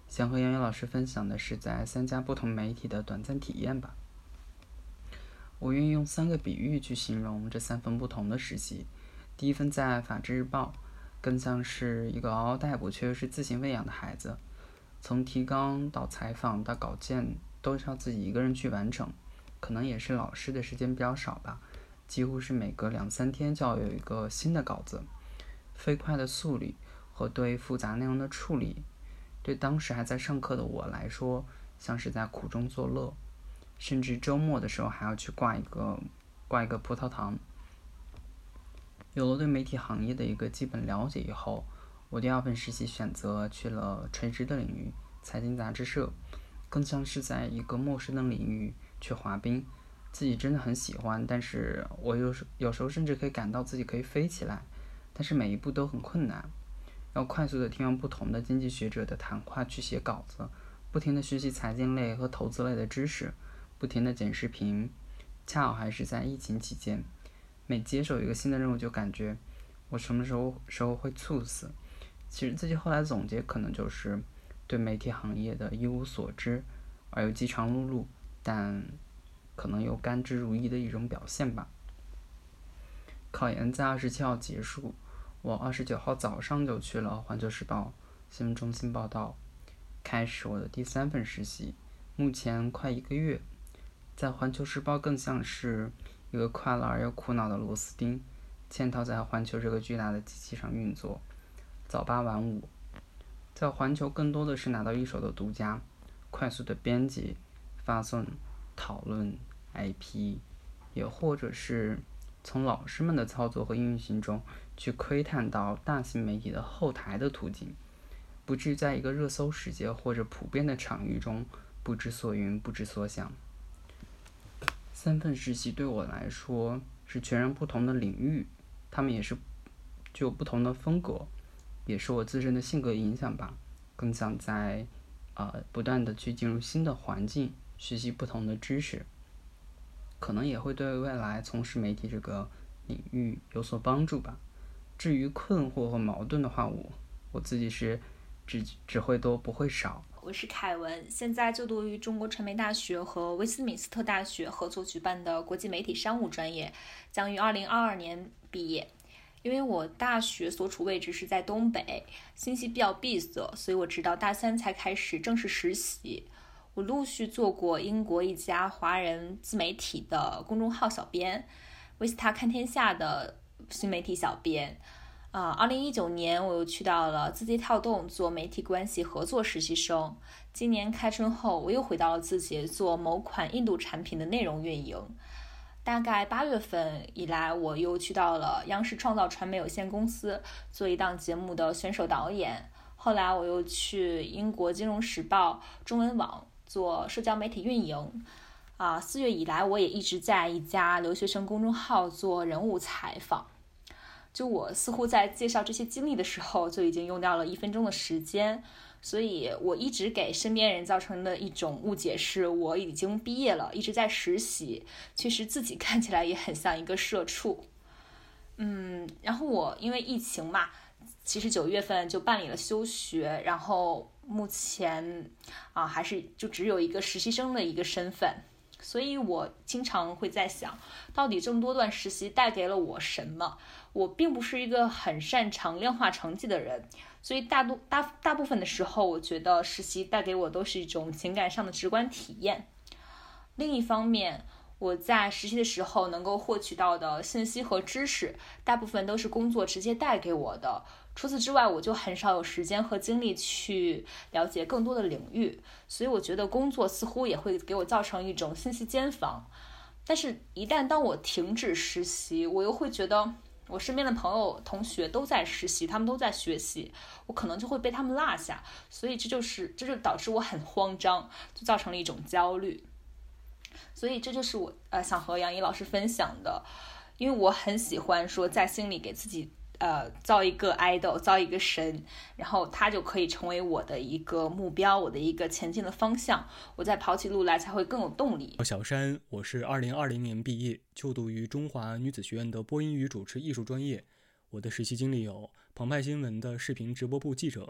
想和杨洋老师分享的是在三家不同媒体的短暂体验吧。我愿意用三个比喻去形容这三份不同的实习。第一份在法制日报，更像是一个嗷嗷待哺却又是自行喂养的孩子，从提纲到采访到稿件都是要自己一个人去完成，可能也是老师的时间比较少吧，几乎是每隔两三天就要有一个新的稿子。飞快的速率和对复杂内容的处理，对当时还在上课的我来说，像是在苦中作乐，甚至周末的时候还要去挂一个挂一个葡萄糖。有了对媒体行业的一个基本了解以后，我第二份实习选择去了垂直的领域，财经杂志社，更像是在一个陌生的领域去滑冰，自己真的很喜欢，但是我有时有时候甚至可以感到自己可以飞起来，但是每一步都很困难，要快速的听完不同的经济学者的谈话去写稿子，不停的学习财经类和投资类的知识，不停的剪视频，恰好还是在疫情期间，每接手一个新的任务就感觉我什么时候时候会猝死。其实自己后来总结可能就是对媒体行业的一无所知，而又饥肠辘辘，但可能又甘之如饴的一种表现吧。考研在二十七号结束，我二十九号早上就去了环球时报新闻中心报道，开始我的第三份实习，目前快一个月。在环球时报更像是一个快乐而又苦恼的螺丝钉，嵌套在环球这个巨大的机器上运作，早八晚五。在环球更多的是拿到一手的独家，快速的编辑、发送、讨论、I P， 也或者是从老师们的操作和运行中去窥探到大型媒体的后台的途径，不至于在一个热搜世界或者普遍的场域中不知所云不知所想。三份实习对我来说是全然不同的领域，他们也是具有不同的风格，也是我自身的性格影响吧，更想在呃不断的去进入新的环境，学习不同的知识，可能也会对未来从事媒体这个领域有所帮助吧。至于困惑和矛盾的话，我我自己是只只会多不会少。 我是凯文，现在就读于中国传媒大学和威斯敏斯特大学合作举办的国际媒体商务专业，将于二零二二年毕业。因为我大学所处位置是在东北，信息比较闭塞，所以我直到大三才开始正式实习。我陆续做过英国一家华人自媒体的公众号小编，维斯塔看天下的新媒体小编。啊，二零一九年我又去到了字节跳动做媒体关系合作实习生。今年开春后，我又回到了字节做某款印度产品的内容运营。大概八月份以来，我又去到了央视创造传媒有限公司做一档节目的选手导演。后来我又去英国金融时报中文网做社交媒体运营。啊，四月以来，我也一直在一家留学生公众号做人物采访。就我似乎在介绍这些经历的时候就已经用掉了一分钟的时间，所以我一直给身边人造成的一种误解是我已经毕业了，一直在实习，其实自己看起来也很像一个社畜。嗯，然后我因为疫情嘛，其实九月份就办理了休学，然后目前啊还是就只有一个实习生的一个身份。所以我经常会在想，到底这么多段实习带给了我什么？我并不是一个很擅长量化成绩的人，所以大多大大部分的时候，我觉得实习带给我都是一种情感上的直观体验。另一方面，我在实习的时候能够获取到的信息和知识，大部分都是工作直接带给我的。除此之外，我就很少有时间和精力去了解更多的领域，所以我觉得工作似乎也会给我造成一种信息茧房。但是一旦当我停止实习，我又会觉得我身边的朋友同学都在实习，他们都在学习，我可能就会被他们落下，所以这就是这就导致我很慌张，就造成了一种焦虑。所以这就是我呃想和杨怡老师分享的，因为我很喜欢说在心里给自己呃造一个 idol， 造一个神，然后他就可以成为我的一个目标，我的一个前进的方向，我再跑起路来才会更有动力。 小山，我是二零二零年毕业，就读于中华女子学院的播音与主持艺术专业。我的实习经历有澎湃新闻的视频直播部记者，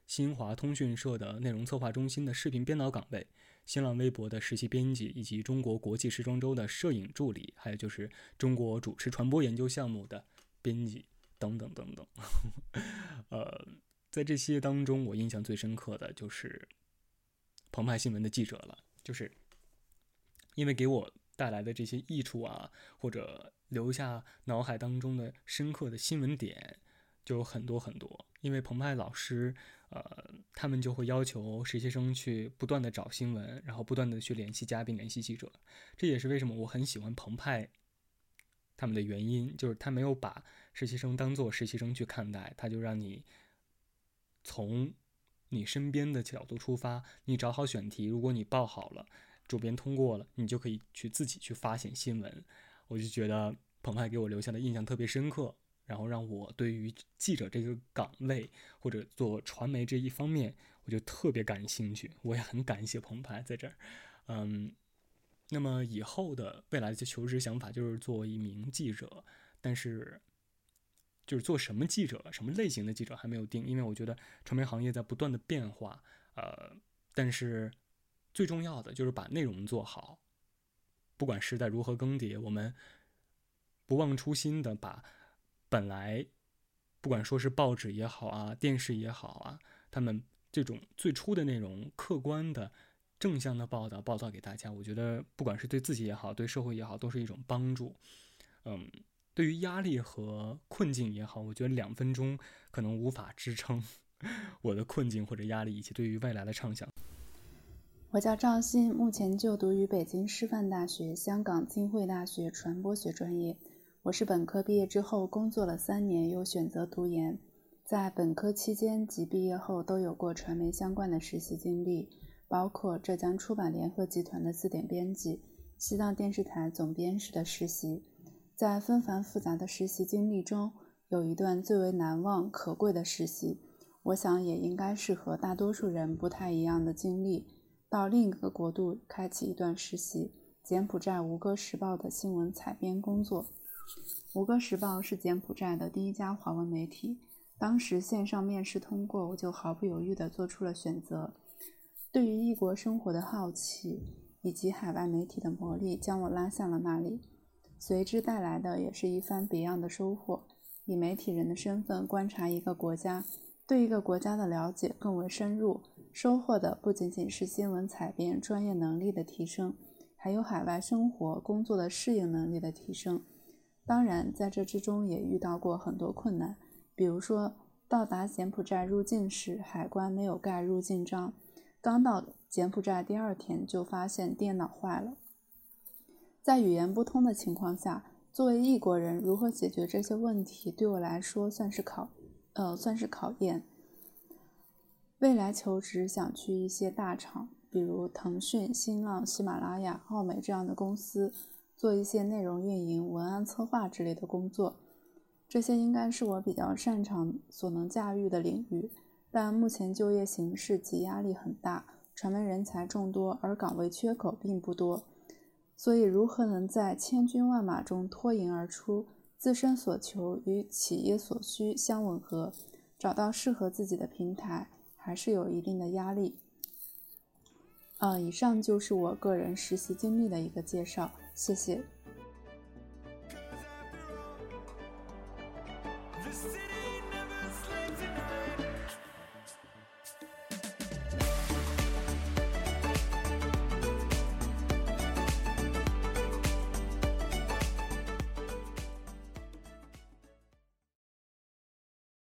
新华通讯社的内容策划中心的视频编导岗位，新浪微博的实习编辑，以及中国国际时装周的摄影助理，还有就是中国主持传播研究项目的编辑等等等等。呃，在这些当中，我印象最深刻的就是澎湃新闻的记者了，就是因为给我带来的这些益处啊，或者留下脑海当中的深刻的新闻点就有很多很多。因为澎湃老师呃，他们就会要求实习生去不断的找新闻，然后不断的去联系嘉宾，联系记者。这也是为什么我很喜欢澎湃他们的原因，就是他没有把实习生当作实习生去看待，他就让你从你身边的角度出发，你找好选题，如果你报好了，主编通过了，你就可以去自己去发现新闻。我就觉得澎湃给我留下的印象特别深刻，然后让我对于记者这个岗位或者做传媒这一方面，我就特别感兴趣。我也很感谢澎湃在这儿。嗯，那么以后的未来的求职想法就是做一名记者，但是就是做什么记者，什么类型的记者还没有定，因为我觉得传媒行业在不断的变化，呃，但是最重要的就是把内容做好。不管时代如何更迭，我们不忘初心的把本来不管说是报纸也好啊，电视也好啊，他们这种最初的内容客观的正向的报道报道给大家，我觉得不管是对自己也好，对社会也好，都是一种帮助。嗯，对于压力和困境也好，我觉得两分钟可能无法支撑我的困境或者压力，以及对于未来的畅想。 我叫赵鑫，目前就读于北京师范大学、香港浸会大学传播学专业。我是本科毕业之后工作了三年，又选择读研。在本科期间及毕业后都有过传媒相关的实习经历，包括浙江出版联合集团的字典编辑、西藏电视台总编室的实习。在纷繁复杂的实习经历中，有一段最为难忘可贵的实习，我想也应该是和大多数人不太一样的经历，到另一个国度开启一段实习，柬埔寨吴哥时报的新闻采编工作。吴哥时报是柬埔寨的第一家华文媒体，当时线上面试通过，我就毫不犹豫地做出了选择。对于异国生活的好奇以及海外媒体的魔力将我拉向了那里，随之带来的也是一番别样的收获。以媒体人的身份观察一个国家，对一个国家的了解更为深入，收获的不仅仅是新闻采编专业能力的提升，还有海外生活工作的适应能力的提升。当然在这之中也遇到过很多困难，比如说到达柬埔寨入境时，海关没有盖入境章，刚到柬埔寨第二天就发现电脑坏了。在语言不通的情况下，作为异国人如何解决这些问题，对我来说算是考呃算是考验。未来求职想去一些大厂，比如腾讯、新浪、喜马拉雅、奥美这样的公司，做一些内容运营、文案策划之类的工作，这些应该是我比较擅长、所能驾驭的领域。但目前就业形势及压力很大，传媒人才众多，而岗位缺口并不多，所以如何能在千军万马中脱颖而出，自身所求与企业所需相吻合，找到适合自己的平台，还是有一定的压力。呃，以上就是我个人实习经历的一个介绍，谢谢。